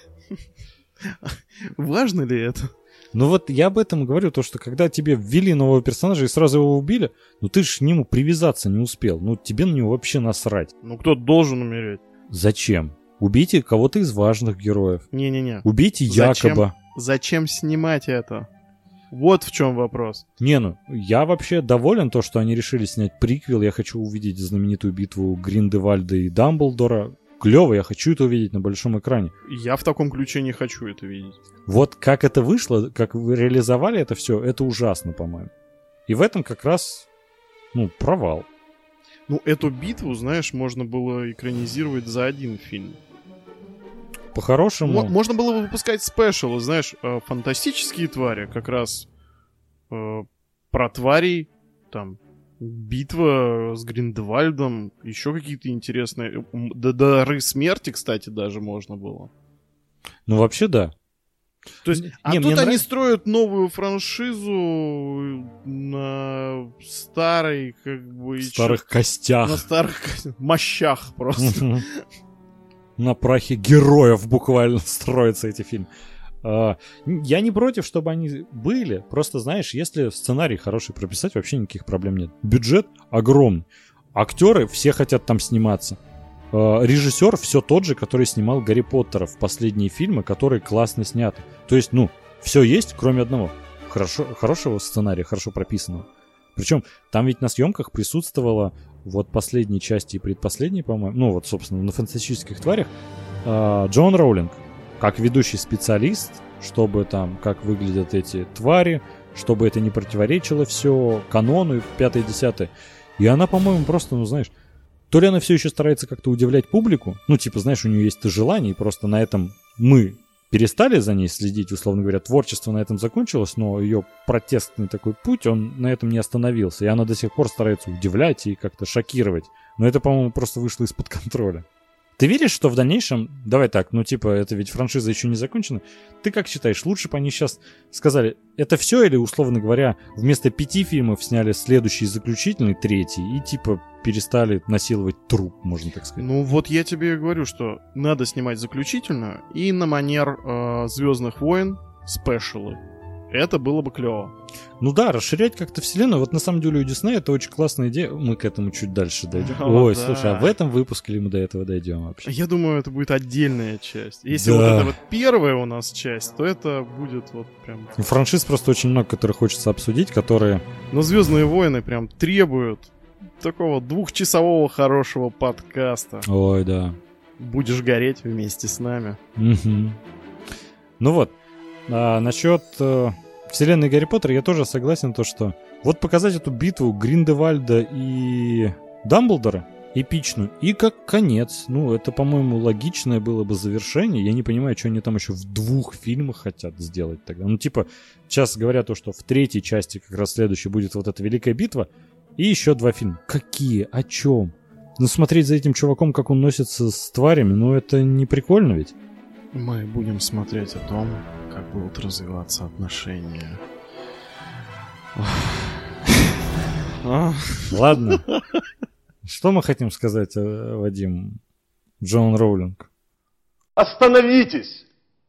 Важно ли это? Ну вот я об этом говорю, то что когда тебе ввели нового персонажа и сразу его убили, ну ты ж к нему привязаться не успел. Ну тебе на него вообще насрать. Ну кто-то должен умереть. Зачем? Убейте кого-то из важных героев. Не-не-не. Убейте Якоба. Зачем снимать это? Вот в чем вопрос. Не, ну, я вообще доволен то, что они решили снять приквел. Я хочу увидеть знаменитую битву Гриндевальда и Дамблдора. Клево, я хочу это увидеть на большом экране. Я в таком ключе не хочу это видеть. Вот как это вышло, как вы реализовали это все, это ужасно, по-моему. И в этом как раз, ну, провал. Ну, эту битву, знаешь, можно было экранизировать за один фильм. По-хорошему... Можно было выпускать спешалы, знаешь, фантастические твари, как раз про тварей, там, битва с Гриндевальдом, еще какие-то интересные... Дары смерти, кстати, даже можно было. Ну, вообще, да. То есть, тут они строят новую франшизу на старой, как бы... Старых костях. На старых мощах просто. На прахе героев буквально строятся эти фильмы. Я не против, чтобы они были. Просто, знаешь, если сценарий хороший прописать, вообще никаких проблем нет. Бюджет огромный. Актеры все хотят там сниматься. Режиссер все тот же, который снимал Гарри Поттера в последние фильмы, которые классно сняты. То есть, ну, все есть, кроме одного. Хорошего сценария, хорошо прописанного. Причем там ведь на съемках присутствовала вот последней части и предпоследней, по-моему, ну вот, собственно, на «Фантастических тварях» Джон Роулинг, как ведущий специалист, чтобы там, как выглядят эти твари, чтобы это не противоречило все канону и 5-10. И она, по-моему, просто, ну, знаешь, то ли она все еще старается как-то удивлять публику, ну, типа, знаешь, у нее есть это желание, и просто на этом мы перестали за ней следить, условно говоря, творчество на этом закончилось, но ее протестный такой путь, он на этом не остановился, и она до сих пор старается удивлять и как-то шокировать. Но это, по-моему, просто вышло из-под контроля. Ты веришь, что в дальнейшем, давай так, ну типа, это ведь франшиза еще не закончена, ты как считаешь, лучше бы они сейчас сказали, это все, или, условно говоря, вместо 5 фильмов сняли следующий, заключительный, 3-й, и типа перестали насиловать труп, можно так сказать? Ну вот я тебе и говорю, что надо снимать заключительную и на манер «Звездных войн» спешалы. Это было бы клево. Ну да, расширять как-то вселенную. Вот на самом деле у Диснея это очень классная идея. Мы к этому чуть дальше дойдем. Ой, да. Слушай, а в этом выпуске ли мы до этого дойдем вообще? Я думаю, это будет отдельная часть. Если вот это вот первая у нас часть, то это будет вот прям... Франшиз просто очень много, которые хочется обсудить, которые... Но «Звездные войны» прям требуют такого 2-часового хорошего подкаста. Ой, да. Будешь гореть вместе с нами. Угу. Ну вот, насчет вселенной Гарри Поттера я тоже согласен, то что вот показать эту битву Гриндевальда и Дамблдора эпичную, и как конец, ну это, по-моему, логичное было бы завершение. Я не понимаю, что они там еще в 2 фильмах хотят сделать тогда. Ну типа, сейчас говорят то, что в 3-й части, как раз следующей, будет вот эта великая битва, и еще 2 фильма. Какие? О чем? Ну смотреть за этим чуваком, как он носится с тварями, ну это не прикольно ведь? Мы будем смотреть о том, как будут развиваться отношения. Ладно. Что мы хотим сказать, Вадим? Джон Роулинг. Остановитесь!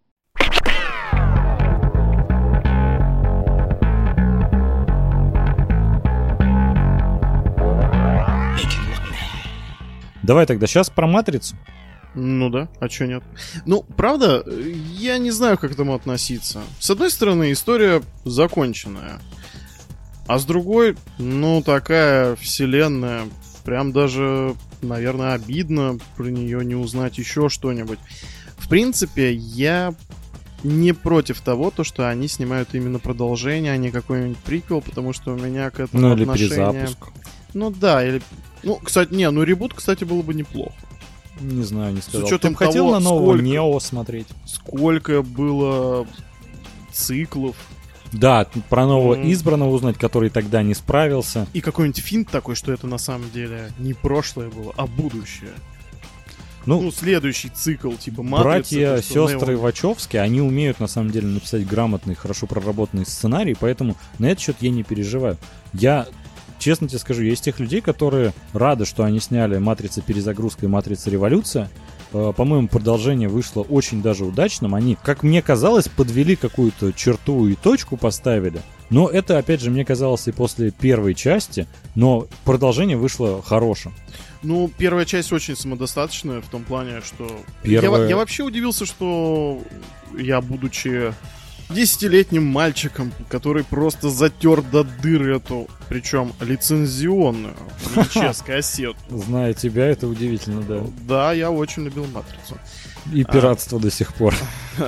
Давай тогда сейчас про «Матрицу». Ну да, а чё нет? Ну, правда, я не знаю, как к этому относиться. С одной стороны, история законченная. А с другой, ну, такая вселенная, прям даже, наверное, обидно про нее не узнать еще что-нибудь. В принципе, я не против того, то, что они снимают именно продолжение, а не какой-нибудь приквел, потому что у меня к этому или отношение... перезапуск. Ну да, или... Ну, кстати, ребут, кстати, было бы неплохо. Не знаю, не сказал. С учетом Ты бы хотел того, на нового сколько- Нео смотреть? Сколько было циклов. Да, про нового Мгм. избранного узнать, который тогда не справился. И какой-нибудь финт такой, что это на самом деле не прошлое было, а будущее. Ну, Ну, следующий цикл, типа Матрица. братья, то, что сестры Нео- Вачовски, они умеют на самом деле написать грамотный, хорошо проработанный сценарий, поэтому на этот счет я не переживаю. Я, честно тебе скажу, я из тех людей, которые рады, что они сняли «Матрица. Перезагрузка» и «Матрица. Революция». По-моему, продолжение вышло очень даже удачным. Они, как мне казалось, подвели какую-то черту и точку поставили. Но это, опять же, мне казалось и после первой части, но продолжение вышло хорошим. Ну, первая часть очень самодостаточная в том плане, что... Первая- Я вообще удивился, что я, будучи 10-летним мальчиком, который просто затер до дыр эту, причем лицензионную VHS-кассету. Зная тебя, это удивительно, да. Да, я очень любил «Матрицу». И пиратство до сих пор.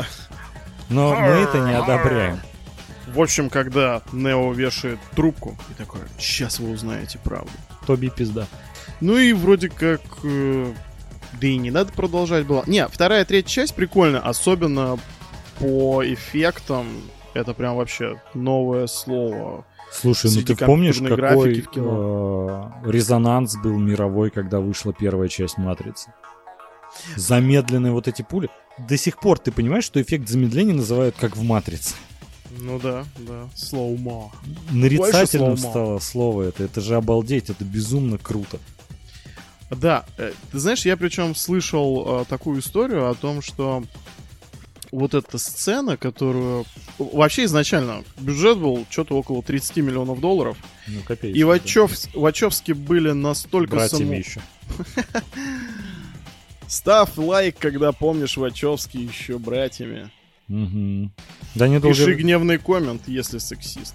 Но мы это не одобряем. В общем, когда Нео вешает трубку и такой, сейчас вы узнаете правду. Тоби пизда. Ну и вроде как... да и не надо продолжать было. Не, вторая, третья часть прикольная, особенно по эффектам. Это прям вообще новое слово. Слушай, ну Среди ты помнишь, компьютерной какой графики в кино. резонанс был мировой, когда вышла первая часть «Матрицы»? Замедленные вот эти пули. До сих пор ты понимаешь, что эффект замедления называют как в «Матрице». Ну да, слоумо. Нарицательным слоумо. стало слово это. Это же обалдеть, это безумно круто. Да, ты знаешь, я причем слышал такую историю о том, что вот эта сцена, которую... Вообще изначально бюджет был что-то около 30 миллионов долларов. Ну, копеечка. И да. Вачовски были настолько Братьями еще. Ставь лайк, когда помнишь Вачовски еще братьями. Мгм. Да не Пиши долго... гневный коммент, если сексист.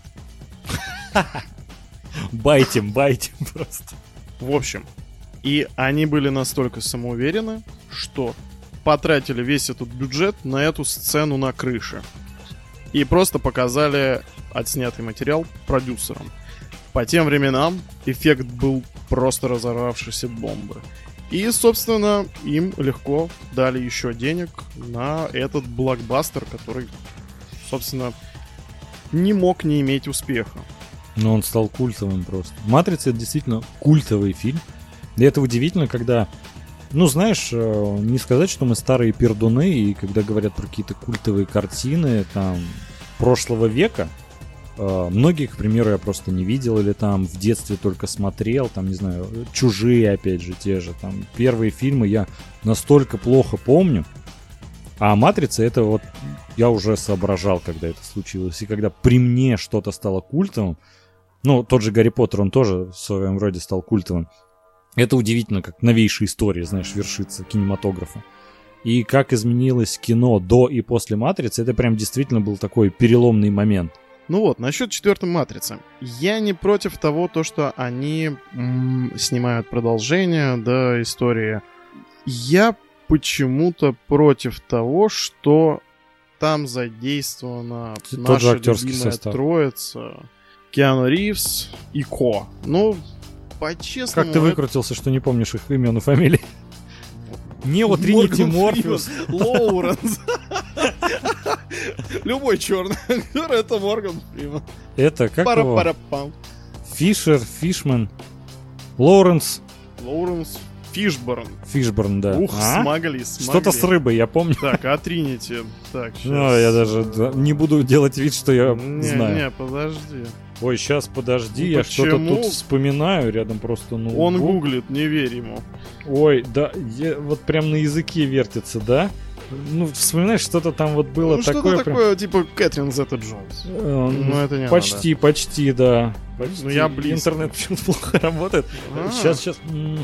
Байтим просто. В общем, и они были настолько самоуверены, что потратили весь этот бюджет на эту сцену на крыше. И просто показали отснятый материал продюсерам. По тем временам эффект был просто разорвавшейся бомбы. И, собственно, им легко дали еще денег на этот блокбастер, который, собственно, не мог не иметь успеха. Но он стал культовым просто. «Матрица» — это действительно культовый фильм. И это удивительно, когда... Ну, знаешь, не сказать, что мы старые пердуны, и когда говорят про какие-то культовые картины, там, прошлого века, многие, к примеру, я просто не видел, или там в детстве только смотрел, там, не знаю, «Чужие», опять же, те же, там, первые фильмы я настолько плохо помню, а «Матрица» — это вот я уже соображал, когда это случилось, и когда при мне что-то стало культовым, ну, тот же «Гарри Поттер», он тоже в своем роде стал культовым. Это удивительно, как новейшая история, знаешь, вершится кинематографа. И как изменилось кино до и после «Матрицы», это прям действительно был такой переломный момент. Ну вот, насчет четвертой «Матрицы». Я не против того, то, что они снимают продолжение, да, истории. Я почему-то против того, что там задействована Тот же наша актерский любимая состав. троица. Киану Ривз и Ко. Ну, по-честному... Как ты выкрутился, что не помнишь их имен и фамилий? Нео, Тринити, Морфеус. Лоуренс. Любой черный актер — это Морган Фриман. Это как его? Пара-пара-пам. Фишер, Фишман, Лоуренс, Лоуренс Фишборн. Фишборн, да. Ух, А? смогли. Что-то с рыбой, я помню. Так, а Тринити? Так, сейчас. Ну, я даже не буду делать вид, что я знаю. Не, подожди. Ой, сейчас, подожди, Ну, я что-то почему? тут вспоминаю, рядом просто, ну... Он гуглит, не верь ему. Ой, да, вот прям на языке вертится, да? Ну, вспоминаешь, что-то там вот было Ну, такое... что-то такое, типа Кэтрин Зетта-Джонс. Ну, это не почти, почти, да. Почти. Ну, я близко. Интернет почему-то плохо работает. А. Сейчас.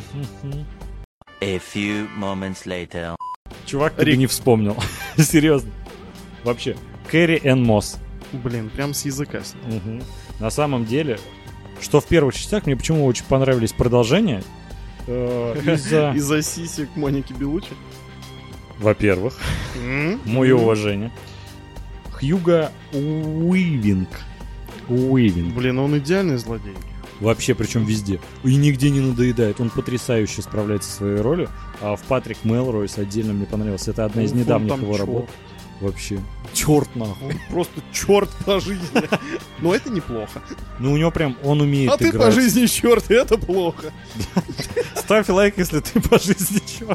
A few moments later. Чувак, ты бы Рик. не вспомнил. Серьезно. Вообще. Кэрри Энн Мосс. Блин, прям с языка снят. Мгм. На самом деле, что в первых частях, мне почему очень понравились продолжения. Из-за, Из-за сисек Моники Белуччи. во-первых, мое уважение, Хьюго Уивинг. Блин, он идеальный злодей. Вообще, причем везде. И нигде не надоедает. Он потрясающе справляется со своей ролью. А в Патрик Мелройс отдельно мне понравилось. Это одна из Он недавних там его чёрт. работ. Вообще. Черт нахуй. Он просто черт по жизни. Но это неплохо. Ну, у него прям, он умеет А ты играть. по жизни черт, и это плохо. Ставь лайк, если ты по жизни черт.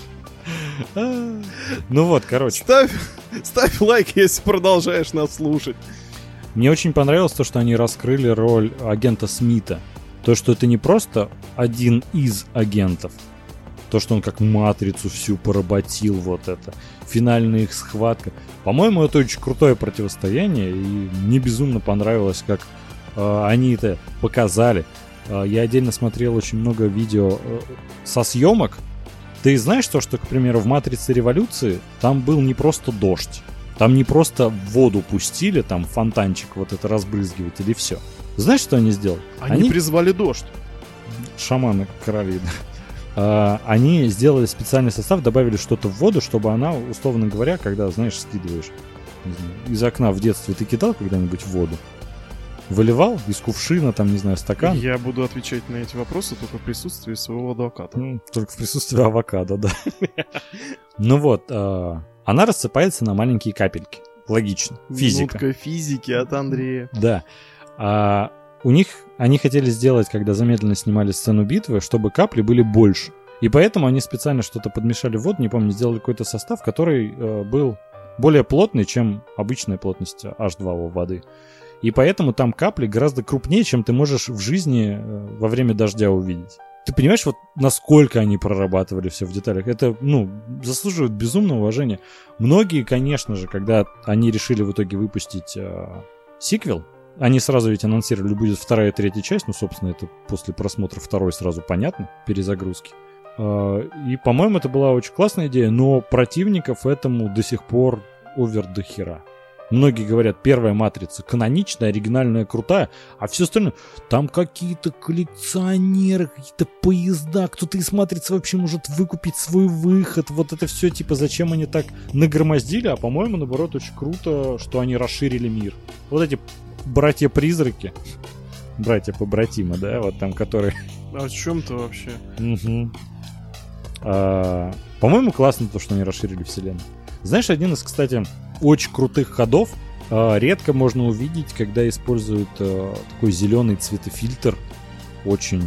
Ну вот, короче. Ставь лайк, если продолжаешь нас слушать. Мне очень понравилось то, что они раскрыли роль агента Смита. То, что это не просто один из агентов. То, что он как матрицу всю поработил, вот это. Финальная их схватка. По-моему, это очень крутое противостояние. И мне безумно понравилось, как они это показали. Я отдельно смотрел очень много видео со съемок. Ты знаешь то, что, к примеру, в «Матрице революции» там был не просто дождь. Там не просто воду пустили, там фонтанчик, вот это разбрызгиватель и все. Знаешь, что они сделали? Они призвали дождь. Шаманы короли, да. Они сделали специальный состав, добавили что-то в воду, чтобы она, условно говоря, когда, знаешь, скидываешь, не знаю, из окна в детстве ты кидал когда-нибудь в воду? Выливал из кувшина, там, не знаю, стакан? Я буду отвечать на эти вопросы только в присутствии своего адвоката. Только в присутствии авокадо, да. Ну вот, она рассыпается на маленькие капельки. Логично. Физика. Минутка физики от Андрея. Да. У них, они хотели сделать, когда замедленно снимали сцену битвы, чтобы капли были больше. И поэтому они специально что-то подмешали в воду, не помню, сделали какой-то состав, который был более плотный, чем обычная плотность H2O воды. И поэтому там капли гораздо крупнее, чем ты можешь в жизни во время дождя увидеть. Ты понимаешь, вот насколько они прорабатывали все в деталях? Это, заслуживает безумного уважения. Многие, конечно же, когда они решили в итоге выпустить сиквел, они сразу ведь анонсировали, будет вторая и третья часть, собственно, это после просмотра второй сразу понятно, перезагрузки. И, по-моему, это была очень классная идея, но противников этому до сих пор овер до хера. Многие говорят, первая «Матрица» каноничная, оригинальная, крутая, а все остальное, там какие-то коллекционеры, какие-то поезда, кто-то из «Матрицы» вообще может выкупить свой выход, вот это все, типа, зачем они так нагромоздили, а, по-моему, наоборот, очень круто, что они расширили мир. Вот эти братья-призраки, братья-побратимы, да, вот там, которые... А о чем-то вообще? По-моему, классно то, что они расширили вселенную. Знаешь, один из, кстати, очень крутых ходов редко можно увидеть, когда используют такой зеленый цветофильтр. Очень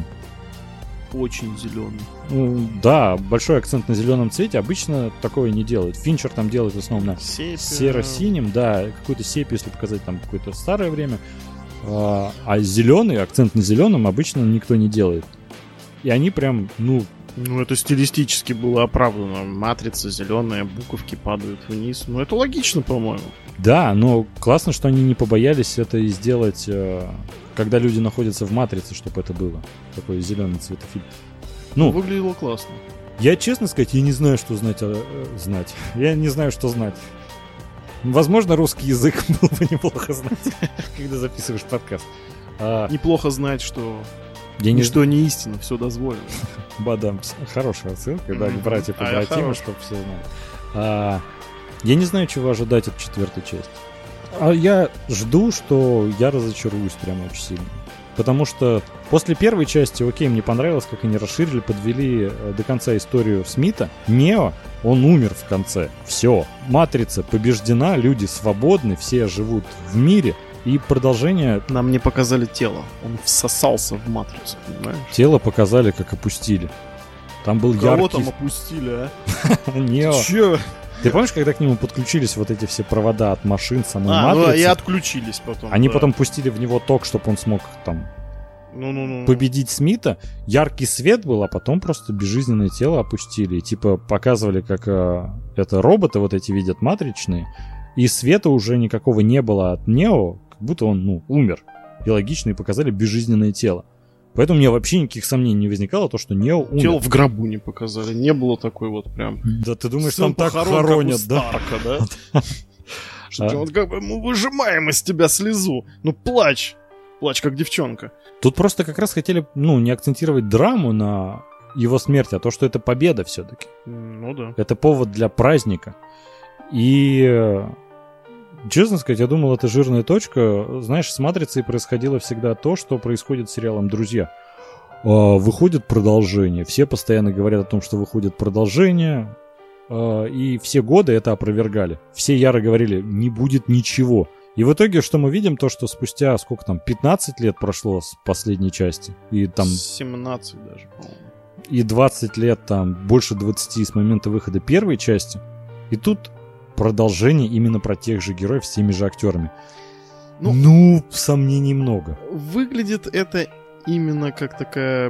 зеленый. Да, большой акцент на зеленом цвете. Обычно такое не делают. Финчер там делает в основном на серо-синим, да, какой-то сепию, если показать там какое-то старое время. А зеленый, акцент на зеленом обычно никто не делает. И они прям, это стилистически было оправдано. Матрица зеленая, буковки падают вниз. Это логично, по-моему. Да, но классно, что они не побоялись это и сделать, когда люди находятся в матрице, чтобы это было. Такой зеленый цветофильтр. Выглядело классно. Я, честно сказать, я не знаю, что знать. Я не знаю, что знать. Возможно, русский язык было бы неплохо знать, когда записываешь подкаст. Неплохо знать, что... Ничто не истина, все дозволено. Бадамс. Хорошая отсылка, да, к братья-побратимы, чтобы все знали. Я не знаю, чего ожидать от четвертой части. Я жду, что я разочаруюсь прямо очень сильно. Потому что после первой части, мне понравилось, как они расширили, подвели до конца историю Смита. Нео, он умер в конце. Все. Матрица побеждена, люди свободны, все живут в мире. И продолжение... Нам не показали тело. Он всосался в матрицу, понимаешь? Тело показали, как опустили. Там был яркий... Кого там опустили, а? Нео. Чё? Ты помнишь, когда к нему подключились вот эти все провода от машин, самой матрицы? И отключились потом. Они потом пустили в него ток, чтобы он смог там победить Смита. Яркий свет был, а потом просто безжизненное тело опустили. И типа показывали, как это роботы вот эти видят матричные. И света уже никакого не было от Нео, как будто он, умер. И логично, и показали безжизненное тело. Поэтому у меня вообще никаких сомнений не возникало, то, что Нео умер. Тело в гробу не показали, не было такой вот прям... Да ты думаешь, там так хоронят, да? Старка, да? Вот как бы мы выжимаем из тебя слезу. Ну, плачь. Плачь, как девчонка. Тут просто как раз хотели, не акцентировать драму на его смерти, а то, что это победа все-таки. Ну да. Это повод для праздника. И, честно сказать, я думал, это жирная точка. Знаешь, с «Матрицей» происходило всегда то, что происходит с сериалом «Друзья». Выходит продолжение. Все постоянно говорят о том, что выходит продолжение. И все годы это опровергали. Все яро говорили, не будет ничего. И в итоге, что мы видим, то, что спустя, 15 лет прошло с последней части. И там 17 даже, по-моему. И 20 лет, там, больше 20 с момента выхода первой части. И тут продолжение именно про тех же героев с теми же актерами. Сомнений много. Выглядит это именно как такая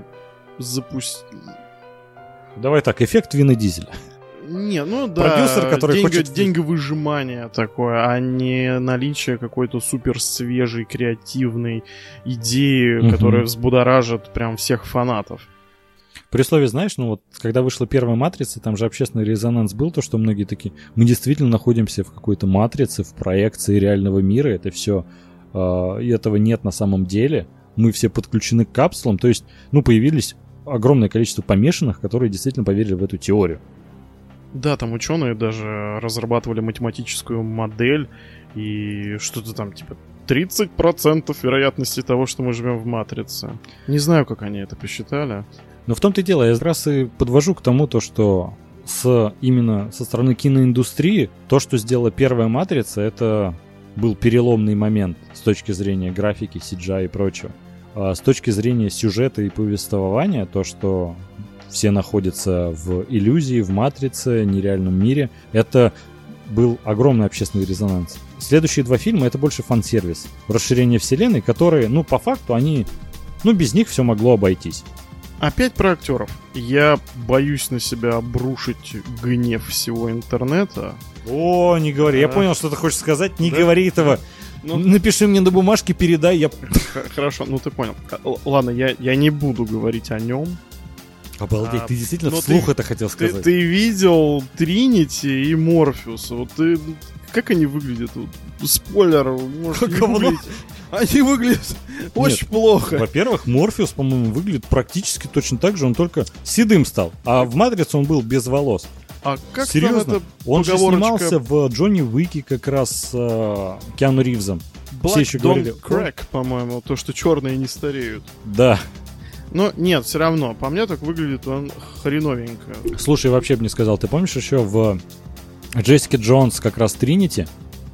Давай так, эффект Вина Дизеля. Не, ну да, продюсер, который хочет... деньговыжимание такое, а не наличие какой-то супер свежей, креативной идеи, которая взбудоражит прям всех фанатов. При условии, знаешь, когда вышла первая «Матрица», там же общественный резонанс был, то, что многие такие, мы действительно находимся в какой-то матрице, в проекции реального мира, это все, и этого нет на самом деле, мы все подключены к капсулам, то есть, появились огромное количество помешанных, которые действительно поверили в эту теорию. Да, там ученые даже разрабатывали математическую модель, и что-то там, 30% вероятности того, что мы живем в матрице. Не знаю, как они это посчитали. Но в том-то и дело, я как раз и подвожу к тому, что именно со стороны киноиндустрии, то, что сделала первая «Матрица», это был переломный момент с точки зрения графики, CGI и прочего. А с точки зрения сюжета и повествования, то, что все находятся в иллюзии, в матрице, нереальном мире. Это был огромный общественный резонанс. Следующие два фильма — это больше фан-сервис. Расширение вселенной, которые, по факту, они... без них все могло обойтись. Опять про актеров. Я боюсь на себя обрушить гнев всего интернета. О, не говори. Я понял, что ты хочешь сказать. Не говори этого. Напиши мне на бумажке, передай. Хорошо, ты понял. Ладно, я не буду говорить о нем. Обалдеть, ты действительно вслух это хотел сказать. Ты видел Тринити и Морфеуса. Как они выглядят? Спойлер, может не гуглить. Они выглядят очень плохо. Во-первых, Морфеус, по-моему, выглядит практически точно так же, он только седым стал. А в «Матрице» он был без волос. А как серьезно? Он же снимался в Джонни Уике как раз с Киану Ривзом. Все еще говорили... Crack, по-моему, то, что черные не стареют. Да. Но нет, все равно, по мне так выглядит он хреновенько. Слушай, вообще бы не сказал, ты помнишь еще в Джессике Джонс как раз Тринити?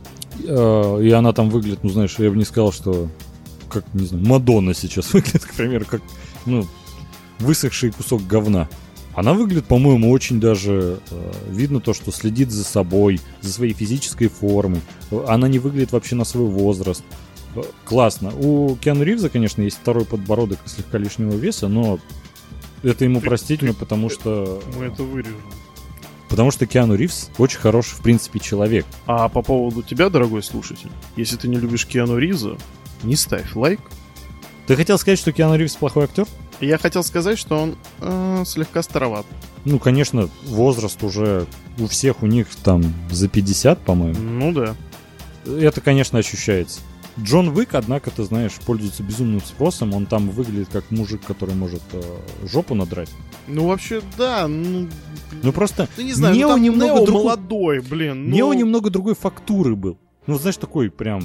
И она там выглядит, я бы не сказал, что как, не знаю, Мадонна сейчас выглядит, к примеру, как, высохший кусок говна. Она выглядит, по-моему, очень даже видно то, что следит за собой, за своей физической формой. Она не выглядит вообще на свой возраст. Классно. У Киану Ривза, конечно, есть второй подбородок и слегка лишнего веса, но это ему простительно, потому что... Мы это вырежем. Потому что Киану Ривз очень хороший, в принципе, человек. А по поводу тебя, дорогой слушатель, если ты не любишь Киану Ривза, не ставь лайк. Ты хотел сказать, что Киану Ривз плохой актер? Я хотел сказать, что он слегка староват. Конечно, возраст уже у всех у них там за 50, по-моему. Ну да. Это, конечно, ощущается. Джон Уик, однако, ты знаешь, пользуется безумным спросом. Он там выглядит как мужик, который может жопу надрать. Вообще, да. Просто не знаю, Нео немного молодой, блин. Нео немного другой фактуры был. Знаешь, такой прям...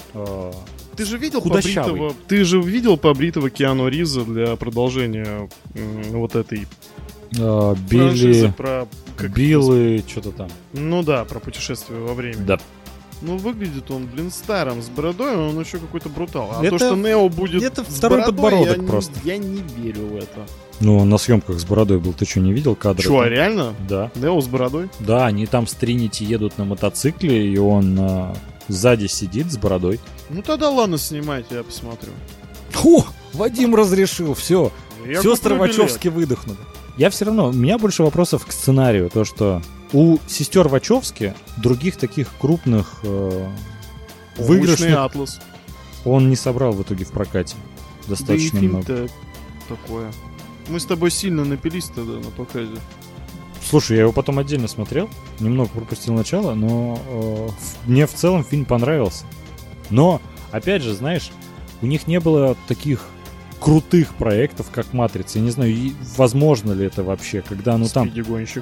Ты же видел худощавый. побритого Киану Ривза для продолжения вот этой Билли... про... Билли, что-то там. Про путешествие во времени. Да. Выглядит он, старым, с бородой, он еще какой-то брутал. А то, что Нео будет это второй подбородок просто. Я не верю в это. На съемках с бородой был. Ты что, не видел кадры? Что, реально? Да. Нео с бородой? Да, они там с Тринити едут на мотоцикле, и он сзади сидит с бородой. Тогда ладно, снимайте, я посмотрю. Вадим разрешил, все. Сестры Вачовски выдохнули. Я все равно, у меня больше вопросов к сценарию. То, что у сестер Вачовски других таких крупных выигрышных... Атлас. Он не собрал в итоге в прокате достаточно много. Такое. Мы с тобой сильно напились тогда на показе. Слушай, я его потом отдельно смотрел, немного пропустил начало, но мне в целом фильм понравился. Но, опять же, знаешь, у них не было таких крутых проектов, как «Матрица». Я не знаю, возможно ли это вообще, когда там... Спиди-гонщик.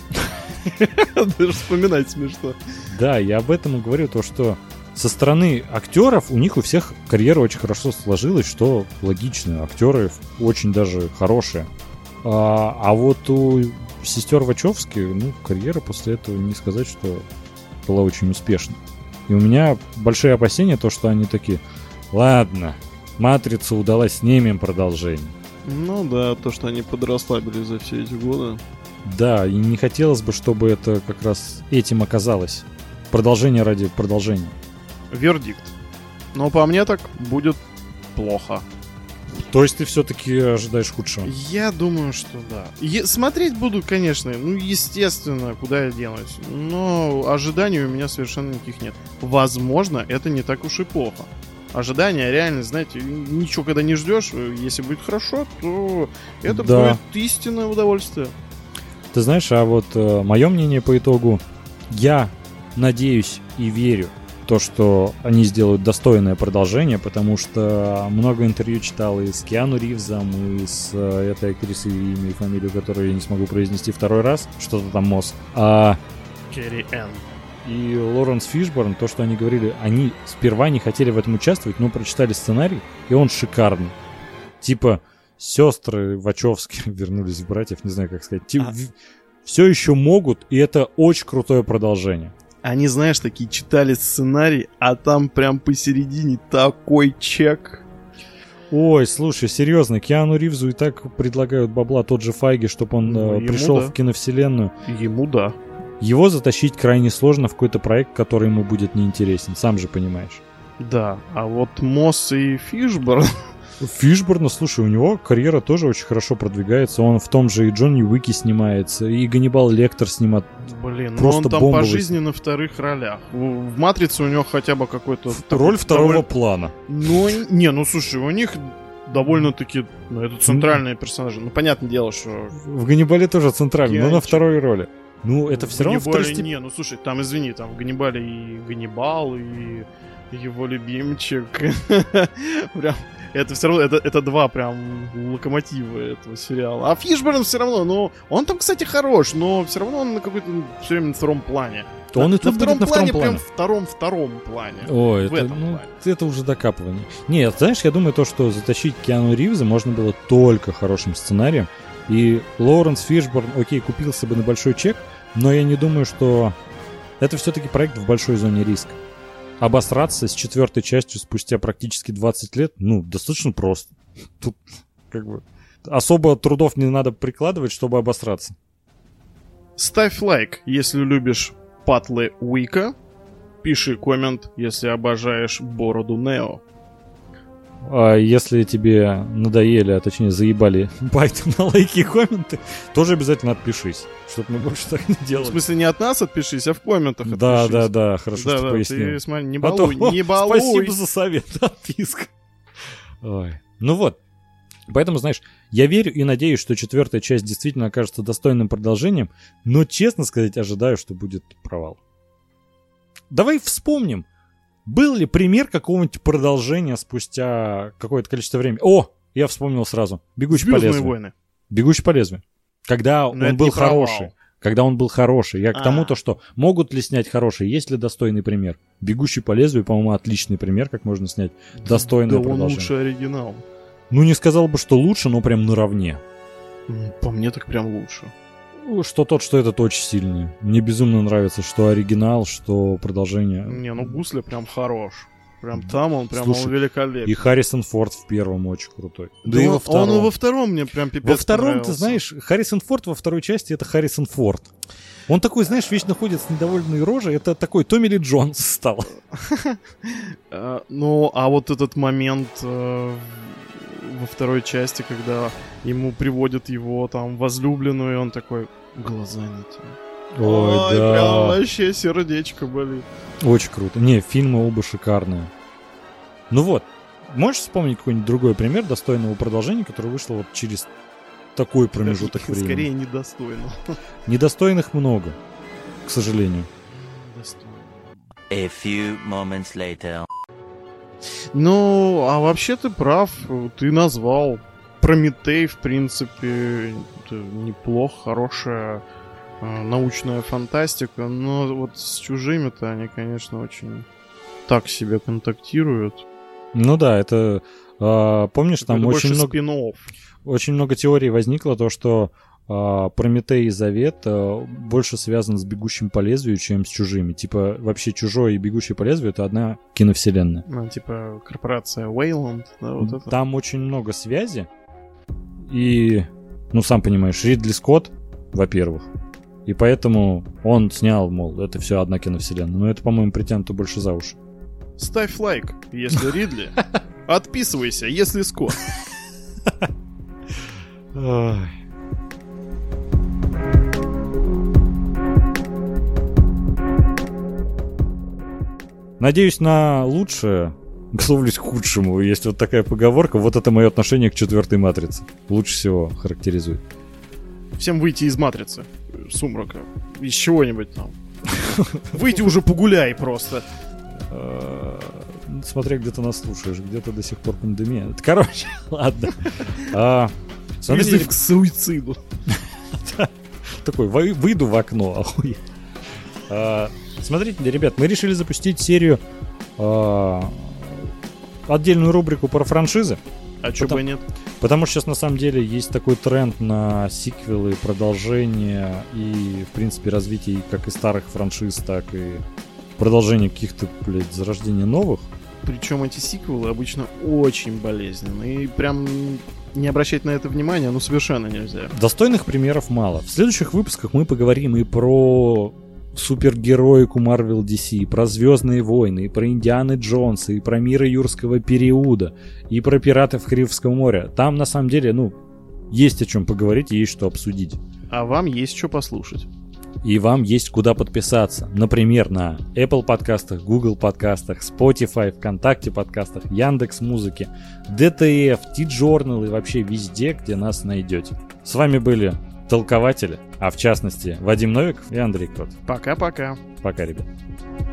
Даже вспоминать смешно. Да, я об этом и говорю, то, что со стороны актеров у них у всех карьера очень хорошо сложилась, что логично. Актеры очень даже хорошие. А вот у сестер Вачовски, карьера после этого не сказать, что была очень успешной. И у меня большие опасения, то, что они такие: ладно, «Матрицу» удалось, снимем продолжение. Ну да, то, что они подрасслабились за все эти годы. Да, и не хотелось бы, чтобы это как раз этим оказалось. Продолжение ради продолжения. Вердикт. Но по мне так будет плохо. То есть ты все-таки ожидаешь худшего? Я думаю, что да. Смотреть буду, конечно, естественно, куда я денусь. Но ожиданий у меня совершенно никаких нет. Возможно, это не так уж и плохо. Ожидания реально, знаете, ничего когда не ждешь, если будет хорошо, то это будет истинное удовольствие. Ты знаешь, а вот мое мнение по итогу, я надеюсь и верю в то, что они сделают достойное продолжение, потому что много интервью читал и с Киану Ривзом, и с этой актрисой, имя и фамилию, которую я не смогу произнести второй раз, что-то там Мосс. Керри Энн. И Лоренс Фишборн, то, что они говорили, они сперва не хотели в этом участвовать, но прочитали сценарий, и он шикарный. Типа, сестры Вачовски вернулись в братьев, не знаю, как сказать. Все еще могут, и это очень крутое продолжение. Они, знаешь, такие читали сценарий, а там прям посередине такой чек. Ой, слушай, серьезно, Киану Ривзу и так предлагают бабла тот же Файги, чтобы он пришел в киновселенную. Ему да. Его затащить крайне сложно в какой-то проект, который ему будет неинтересен, сам же понимаешь. Да, а вот Мосс и Фишборн... Фишборна, слушай, у него карьера тоже очень хорошо продвигается. Он в том же и Джонни Уике снимается, и Ганнибал Лектор снимает. Блин, просто он там бомбовый. по жизни на вторых ролях. В «Матрице» у него хотя бы какой-то... Роль второго плана. Ну слушай, у них довольно-таки... это центральные персонажи. Понятное дело, что... В «Ганнибале» тоже центральный, но на второй роли. Это все равно второстепенный. Слушай, там, извини, там в «Ганнибале» и Ганнибал, и его любимчик. Прям... Это все равно, это два прям локомотива этого сериала. А Фишборн все равно, он там, кстати, хорош, но все равно он на какой-то все время на втором плане. Он и тут будет на втором плане. Прям втором плане. Ой, это уже докапывание. Нет, знаешь, я думаю, то, что затащить Киану Ривза можно было только хорошим сценарием. И Лоуренс Фишборн, окей, купился бы на большой чек, но я не думаю, что это все-таки проект в большой зоне риска. Обосраться с 4-й частью спустя практически 20 лет, достаточно просто. Тут особо трудов не надо прикладывать, чтобы обосраться. Ставь лайк, если любишь патлы Уика. Пиши коммент, если обожаешь бороду Нео. А если тебе надоели, а точнее заебали байтом на лайки и комменты, тоже обязательно отпишись, чтобы мы больше так не делали. В смысле, не от нас отпишись, а в комментах отпишись. Да, хорошо, что пояснил. Ты, смотри, не балуй. Спасибо за совет, отписка. Ой. Поэтому, знаешь, я верю и надеюсь, что 4-я часть действительно окажется достойным продолжением, но, честно сказать, ожидаю, что будет провал. Давай вспомним. Был ли пример какого-нибудь продолжения спустя какое-то количество времени? Я вспомнил сразу. «Бегущий по лезвию». «Войны». «Бегущий по лезвию». Когда он был хороший. Когда он был хороший. Я к тому, что могут ли снять хороший, есть ли достойный пример. «Бегущий по лезвию», по-моему, отличный пример, как можно снять достойное продолжение. Он лучший оригинал. Не сказал бы, что лучше, но прям наравне. По мне так прям лучше. Что тот, что этот очень сильный. Мне безумно нравится, что оригинал, что продолжение. Гусли прям хорош. Прям там он великолепный. И Харрисон Форд в первом очень крутой. Да и во втором. Он и во втором мне прям пипец Во втором, понравился. ты знаешь, Харрисон Форд во второй части — это Харрисон Форд. Он такой, знаешь, вечно ходит с недовольной рожей. Это такой Томми Ли Джонс стал. А вот этот момент во второй части, когда ему приводят его там возлюбленную, и он такой: глаза не те. Ой, да. Прям вообще сердечко болит. Очень круто. Фильмы оба шикарные. Можешь вспомнить какой-нибудь другой пример достойного продолжения, которое вышло через такой промежуток времени. Скорее недостойно. Недостойных много, к сожалению. A few moments later. Ну, а вообще ты прав, ты назвал. Прометей, в принципе, это неплохо, хорошая научная фантастика, но вот с чужими-то они, конечно, очень так себе контактируют. Ну да, это... помнишь, там очень много теорий возникло, то, что Прометей и Завет больше связан с Бегущим по лезвию, чем с чужими. Типа, вообще Чужой и Бегущий по лезвию — это одна киновселенная. Ну, типа, корпорация Wayland, да, вот это. Там очень много связи. И, ну, сам понимаешь, Ридли Скотт, во-первых. И поэтому он снял, мол, это все одна киновселенная. Но это, по-моему, притянуто больше за уши. Ставь лайк, если Ридли. Отписывайся, если Скотт. Надеюсь на лучшее, готовлюсь к худшему. Есть вот такая поговорка. Вот это мое отношение к четвертой матрице. Лучше всего характеризует. Всем выйти из матрицы сумрака. Из чего-нибудь там. Выйди уже погуляй просто. Смотря где ты нас слушаешь. Где-то до сих пор пандемия. Короче, ладно. Призыв к суициду. Такой, выйду в окно. Смотрите, ребят, мы решили запустить серию, отдельную рубрику про франшизы. А чё бы нет? Потому что сейчас на самом деле есть такой тренд на сиквелы, продолжения и, в принципе, развитие как и старых франшиз, так и продолжение каких-то, зарождения новых. Причем эти сиквелы обычно очень болезненные. И прям не обращать на это внимания, ну, совершенно нельзя. Достойных примеров мало. В следующих выпусках мы поговорим и про супергероику Marvel DC, и про Звездные войны, и про Индианы Джонса, и про миры юрского периода, и про пиратов Карибского моря. Там, на самом деле, ну, есть о чем поговорить и есть что обсудить. А вам есть что послушать. И вам есть куда подписаться. Например, на Apple подкастах, Google подкастах, Spotify, ВКонтакте подкастах, Яндекс.Музыке, DTF, T-Journal и вообще везде, где нас найдете. С вами были толкователи, а в частности Вадим Новиков и Андрей Крот. Пока-пока. Пока, ребят.